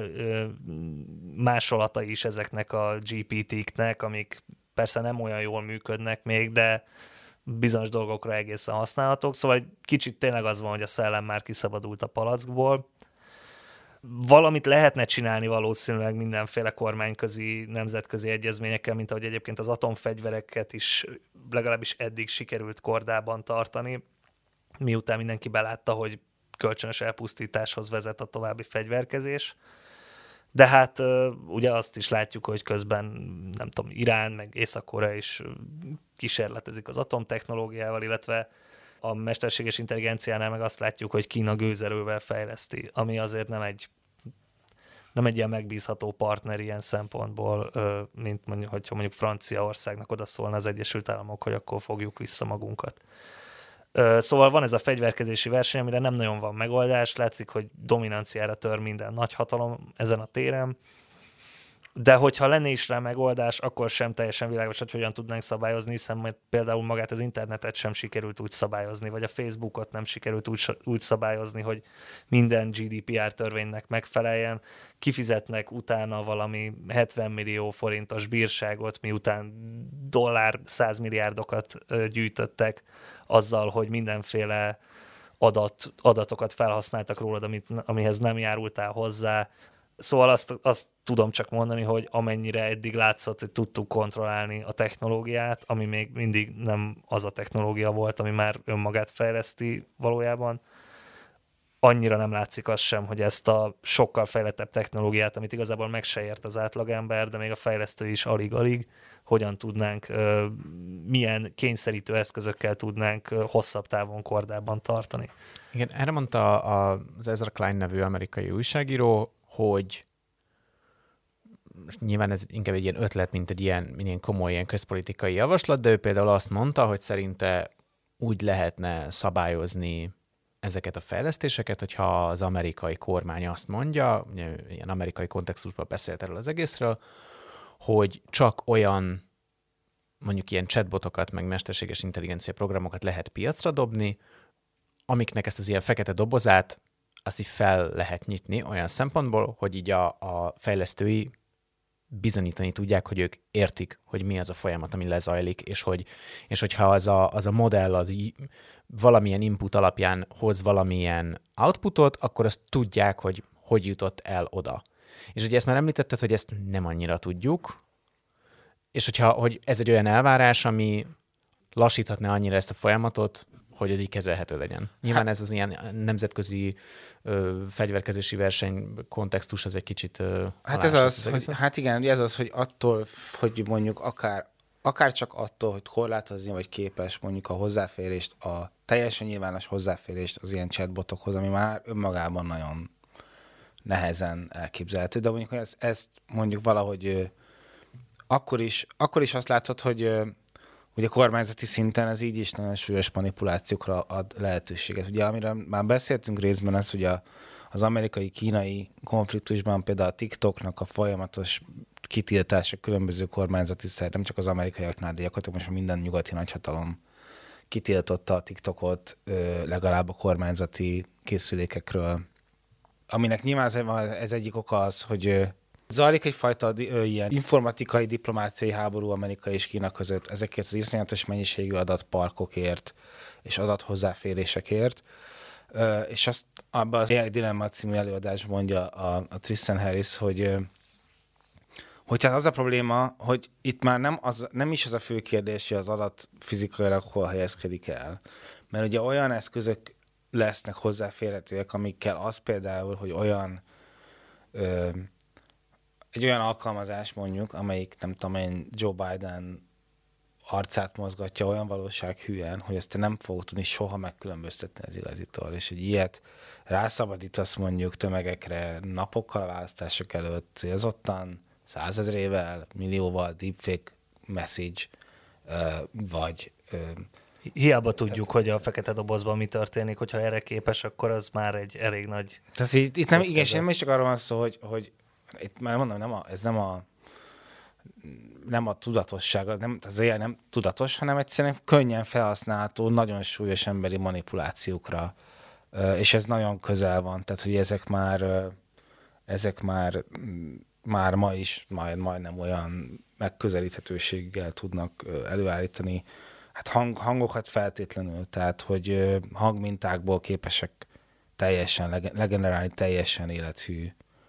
másolatai is ezeknek a GPT-knek, amik persze nem olyan jól működnek még, de bizonyos dolgokra egészen használhatók. Szóval egy kicsit tényleg az van, hogy a szellem már kiszabadult a palackból. Valamit lehetne csinálni valószínűleg mindenféle kormányközi, nemzetközi egyezményekkel, mint ahogy egyébként az atomfegyvereket is legalábbis eddig sikerült kordában tartani, miután mindenki belátta, hogy kölcsönös elpusztításhoz vezet a további fegyverkezés. De hát ugye azt is látjuk, hogy közben, nem tudom, Irán, meg Észak-Korea is kísérletezik az atomtechnológiával, illetve a mesterséges intelligenciánál meg azt látjuk, hogy Kína gőzerővel fejleszti, ami azért nem egy ilyen megbízható partner ilyen szempontból, mint mondjuk, hogyha mondjuk Franciaországnak odaszólna az Egyesült Államok, hogy akkor fogjuk vissza magunkat. Szóval van ez a fegyverkezési verseny, amire nem nagyon van megoldás, látszik, hogy dominanciára tör minden nagyhatalom ezen a téren, de hogyha lenne is rá megoldás, akkor sem teljesen világos, hogy hogyan tudnánk szabályozni, hiszen majd például magát az internetet sem sikerült úgy szabályozni, vagy a Facebookot nem sikerült úgy szabályozni, hogy minden GDPR törvénynek megfeleljen. Kifizetnek utána valami 70 millió forintos bírságot, miután dollár 100 milliárdokat gyűjtöttek azzal, hogy mindenféle adatokat felhasználtak rólad, amihez nem járultál hozzá. Szóval azt tudom csak mondani, hogy amennyire eddig látszott, hogy tudtuk kontrollálni a technológiát, ami még mindig nem az a technológia volt, ami már önmagát fejleszti valójában, annyira nem látszik az sem, hogy ezt a sokkal fejlettebb technológiát, amit igazából meg se ért az átlagember, de még a fejlesztő is alig-alig, hogyan tudnánk, milyen kényszerítő eszközökkel tudnánk hosszabb távon kordában tartani. Igen, erre mondta az Ezra Klein nevű amerikai újságíró, hogy nyilván ez inkább egy ilyen ötlet, mint egy ilyen komoly ilyen közpolitikai javaslat, de ő például azt mondta, hogy szerinte úgy lehetne szabályozni ezeket a fejlesztéseket, hogyha az amerikai kormány azt mondja, ilyen amerikai kontextusban beszélt erről az egészről, hogy csak olyan mondjuk ilyen chatbotokat, meg mesterséges intelligencia programokat lehet piacra dobni, amiknek ezt az ilyen fekete dobozát azt így fel lehet nyitni olyan szempontból, hogy így a fejlesztői bizonyítani tudják, hogy ők értik, hogy mi az a folyamat, ami lezajlik, és hogyha az a modell az valamilyen input alapján hoz valamilyen outputot, akkor azt tudják, hogy jutott el oda. És ugye ezt már említetted, hogy ezt nem annyira tudjuk, és hogy ez egy olyan elvárás, ami lassíthatná annyira ezt a folyamatot, hogy ez így kezelhető legyen. Nyilván ez az ilyen nemzetközi fegyverkezési verseny kontextus, az egy kicsit hát ez az, hogy attól, hogy mondjuk akár csak attól, hogy korlátozni vagy képes mondjuk a hozzáférést, a teljesen nyilvános hozzáférést az ilyen chatbotokhoz, ami már önmagában nagyon nehezen elképzelhető, de mondjuk ezt mondjuk valahogy akkor is azt látod, hogy ugye kormányzati szinten ez így is nagyon súlyos manipulációkra ad lehetőséget. Ugye amiről már beszéltünk részben, ez, hogy az amerikai-kínai konfliktusban például a TikToknak a folyamatos kitiltása különböző kormányzati szerv, nem csak az amerikaiaknál, de gyakorlatilag most minden nyugati nagyhatalom kitiltotta a TikTokot legalább a kormányzati készülékekről. Aminek nyilván ez egyik oka az, hogy zajlik egyfajta ilyen informatikai, diplomáciai háború Amerika és Kína között ezekért az iszonyatos mennyiségű adatparkokért és adathozzáférésekért. És azt abban az AI Dilemma című előadásban mondja a Tristan Harris, hogy hát az a probléma, hogy itt már nem is az a fő kérdés, hogy az adat fizikailag hol helyezkedik el. Mert ugye olyan eszközök lesznek hozzáférhetőek, amikkel az például, hogy olyan egy olyan alkalmazás mondjuk, amelyik nem tudom én Joe Biden arcát mozgatja olyan valósághűen, hogy ezt te nem fogod tudni soha megkülönböztetni az igazitól, és egy ilyet rászabadítasz mondjuk tömegekre napokkal a választások előtt célzottan, 100 000-ével, millióval deepfake message, vagy... Hiába tudjuk, hogy a fekete dobozban mi történik, hogyha erre képes, akkor az már egy elég nagy... Tehát itt nem, igen, nem is csak arról van szó, hogy itt már mondom, ez nem a tudatosság, az AI nem tudatos, hanem egyszerűen könnyen felhasználható, nagyon súlyos emberi manipulációkra, és ez nagyon közel van, tehát hogy ezek már ma is majdnem olyan megközelíthetőséggel tudnak előállítani, hát hangokat feltétlenül, tehát hogy hangmintákból képesek teljesen legenerálni teljesen élethű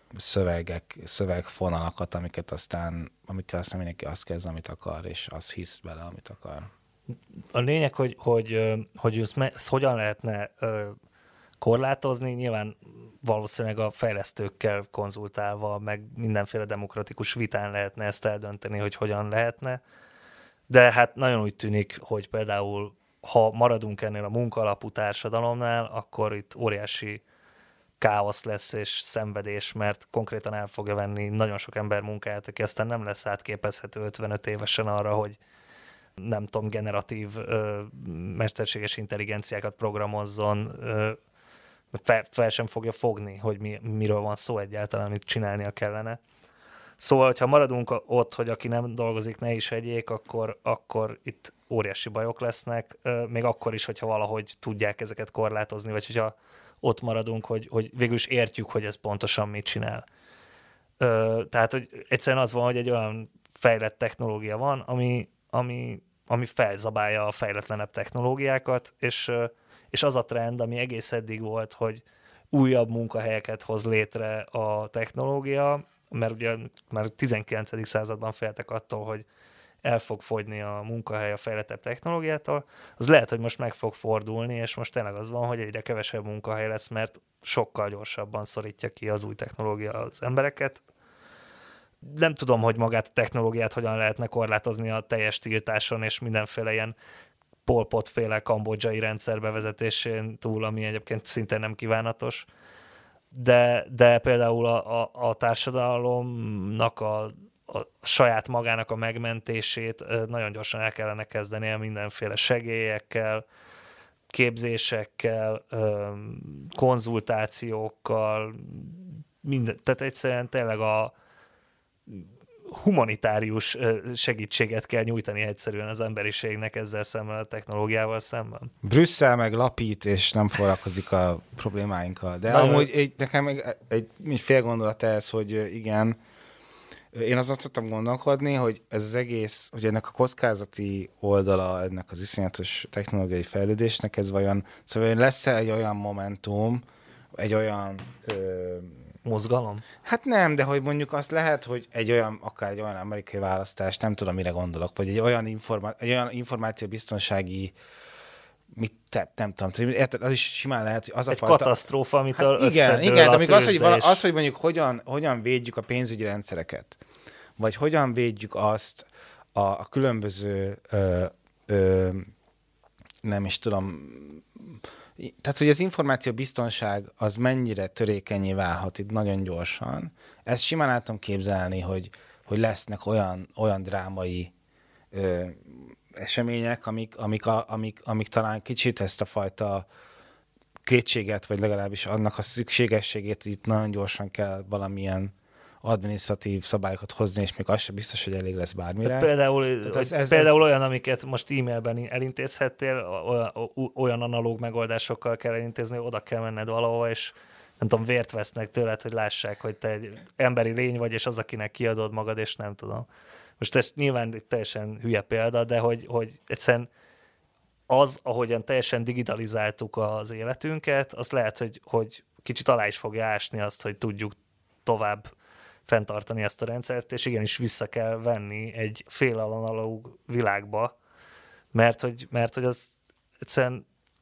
szövegfonalakat, amikkel aztán mindenki azt kezd, amit akar, és azt hisz bele, amit akar. A lényeg, hogy ezt hogyan lehetne korlátozni, nyilván valószínűleg a fejlesztőkkel konzultálva, meg mindenféle demokratikus vitán lehetne ezt eldönteni, hogy hogyan lehetne. De hát nagyon úgy tűnik, hogy például, ha maradunk ennél a munkaalapú társadalomnál, akkor itt óriási káosz lesz és szenvedés, mert konkrétan el fogja venni nagyon sok ember munkáját, aki aztán nem lesz átképezhető 55 évesen arra, hogy nem tudom, generatív mesterséges intelligenciákat programozzon, fel sem fogja fogni, hogy miről van szó egyáltalán, amit csinálnia kellene. Szóval, hogyha maradunk ott, hogy aki nem dolgozik, ne is egyék, akkor itt óriási bajok lesznek, még akkor is, hogyha valahogy tudják ezeket korlátozni, vagy hogyha ott maradunk, hogy végül is értjük, hogy ez pontosan mit csinál. Tehát, hogy egyszerűen az van, hogy egy olyan fejlett technológia van, ami felzabálja a fejletlenebb technológiákat, és az a trend, ami egész eddig volt, hogy újabb munkahelyeket hoz létre a technológia, mert ugye már 19. században féltek attól, hogy el fog fogyni a munkahely a fejlettebb technológiától, az lehet, hogy most meg fog fordulni, és most tényleg az van, hogy egyre kevesebb munkahely lesz, mert sokkal gyorsabban szorítja ki az új technológia az embereket. Nem tudom, hogy magát a technológiát hogyan lehetne korlátozni a teljes tiltáson, és mindenféle ilyen Pol Pot-féle kambodzsai rendszer bevezetésén túl, ami egyébként szintén nem kívánatos. De például a társadalomnak a saját magának a megmentését nagyon gyorsan el kellene kezdenie mindenféle segélyekkel, képzésekkel, konzultációkkal, tehát egyszerűen tényleg a humanitárius segítséget kell nyújtani egyszerűen az emberiségnek ezzel szemben, a technológiával szemben. Brüsszel meg lapít, és nem foglalkozik a problémáinkkal. De amúgy nekem még egy fél gondolat ez, hogy igen, én azon tudtam gondolkodni, hogy ez az egész, hogy ennek a kockázati oldala, ennek az iszonyatos technológiai fejlődésnek, ez vajon, szóval lesz-e egy olyan momentum, egy olyan... mozgalom? Hát nem, de hogy mondjuk azt lehet, hogy akár egy olyan amerikai választás, nem tudom, mire gondolok, vagy egy olyan információbiztonsági nem tudom, az is simán lehet, hogy az egy katasztrófa, amitől igen, de amikor az, hogy mondjuk hogyan védjük a pénzügyi rendszereket, vagy hogyan védjük azt a különböző nem is tudom, tehát, hogy az információbiztonság az mennyire törékenyé válhat itt nagyon gyorsan. Ezt simán el tudom képzelni, hogy lesznek olyan drámai események, amik talán kicsit ezt a fajta kétséget, vagy legalábbis annak a szükségességét, hogy itt nagyon gyorsan kell valamilyen adminisztratív szabályokat hozni, és még az sem biztos, hogy elég lesz bármire. Például olyan, amiket most e-mailben elintézhettél, olyan analóg megoldásokkal kell elintézni, oda kell menned valahova, és nem tudom, vért vesznek tőled, hogy lássák, hogy te egy emberi lény vagy, és az, akinek kiadod magad, és nem tudom. Most ez nyilván egy teljesen hülye példa, de hogy egyszerűen az, ahogyan teljesen digitalizáltuk az életünket, az lehet, hogy kicsit alá is fogja ásni azt, hogy tudjuk tovább fenntartani ezt a rendszert, és igenis vissza kell venni egy fél analóg világba, mert hogy az egyszerűen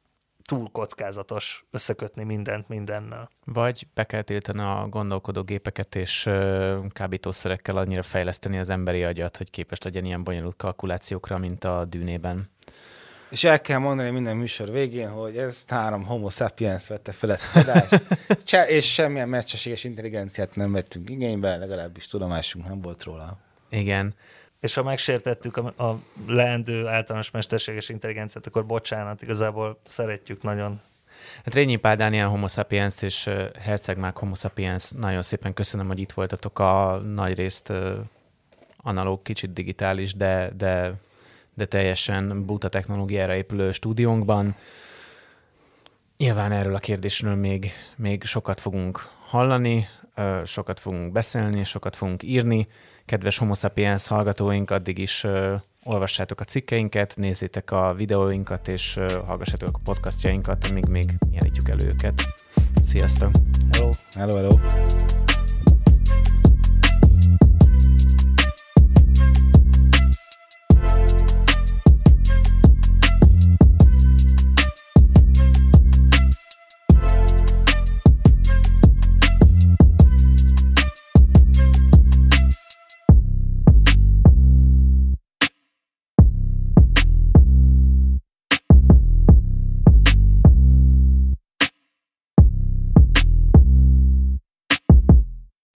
túl kockázatos összekötni mindent mindennel. Vagy be kell tiltani a gondolkodógépeket, és kábítószerekkel annyira fejleszteni az emberi agyat, hogy képes legyen ilyen bonyolult kalkulációkra, mint a Dűnében. És el kell mondani minden műsor végén, hogy ez 3 homo sapiens vette fel ezt az adást, és semmilyen mesterséges intelligenciát nem vettünk igénybe, legalábbis tudomásunk nem volt róla. Igen. És ha megsértettük a leendő általános mesterséges intelligenciát, akkor bocsánat, igazából szeretjük nagyon. Hát Rényi Pál Dániel Homo sapiens és Herceg Márk Homo sapiens, nagyon szépen köszönöm, hogy itt voltatok a nagyrészt analóg, kicsit digitális, de teljesen buta technológiára épülő stúdiónkban. Nyilván erről a kérdésről még sokat fogunk hallani, sokat fogunk beszélni, sokat fogunk írni. Kedves Homo sapiens hallgatóink, addig is olvassátok a cikkeinket, nézzétek a videóinkat, és hallgassátok a podcastjainkat, amíg még jelenítjük elő őket. Sziasztok! Hello! Hello, hello!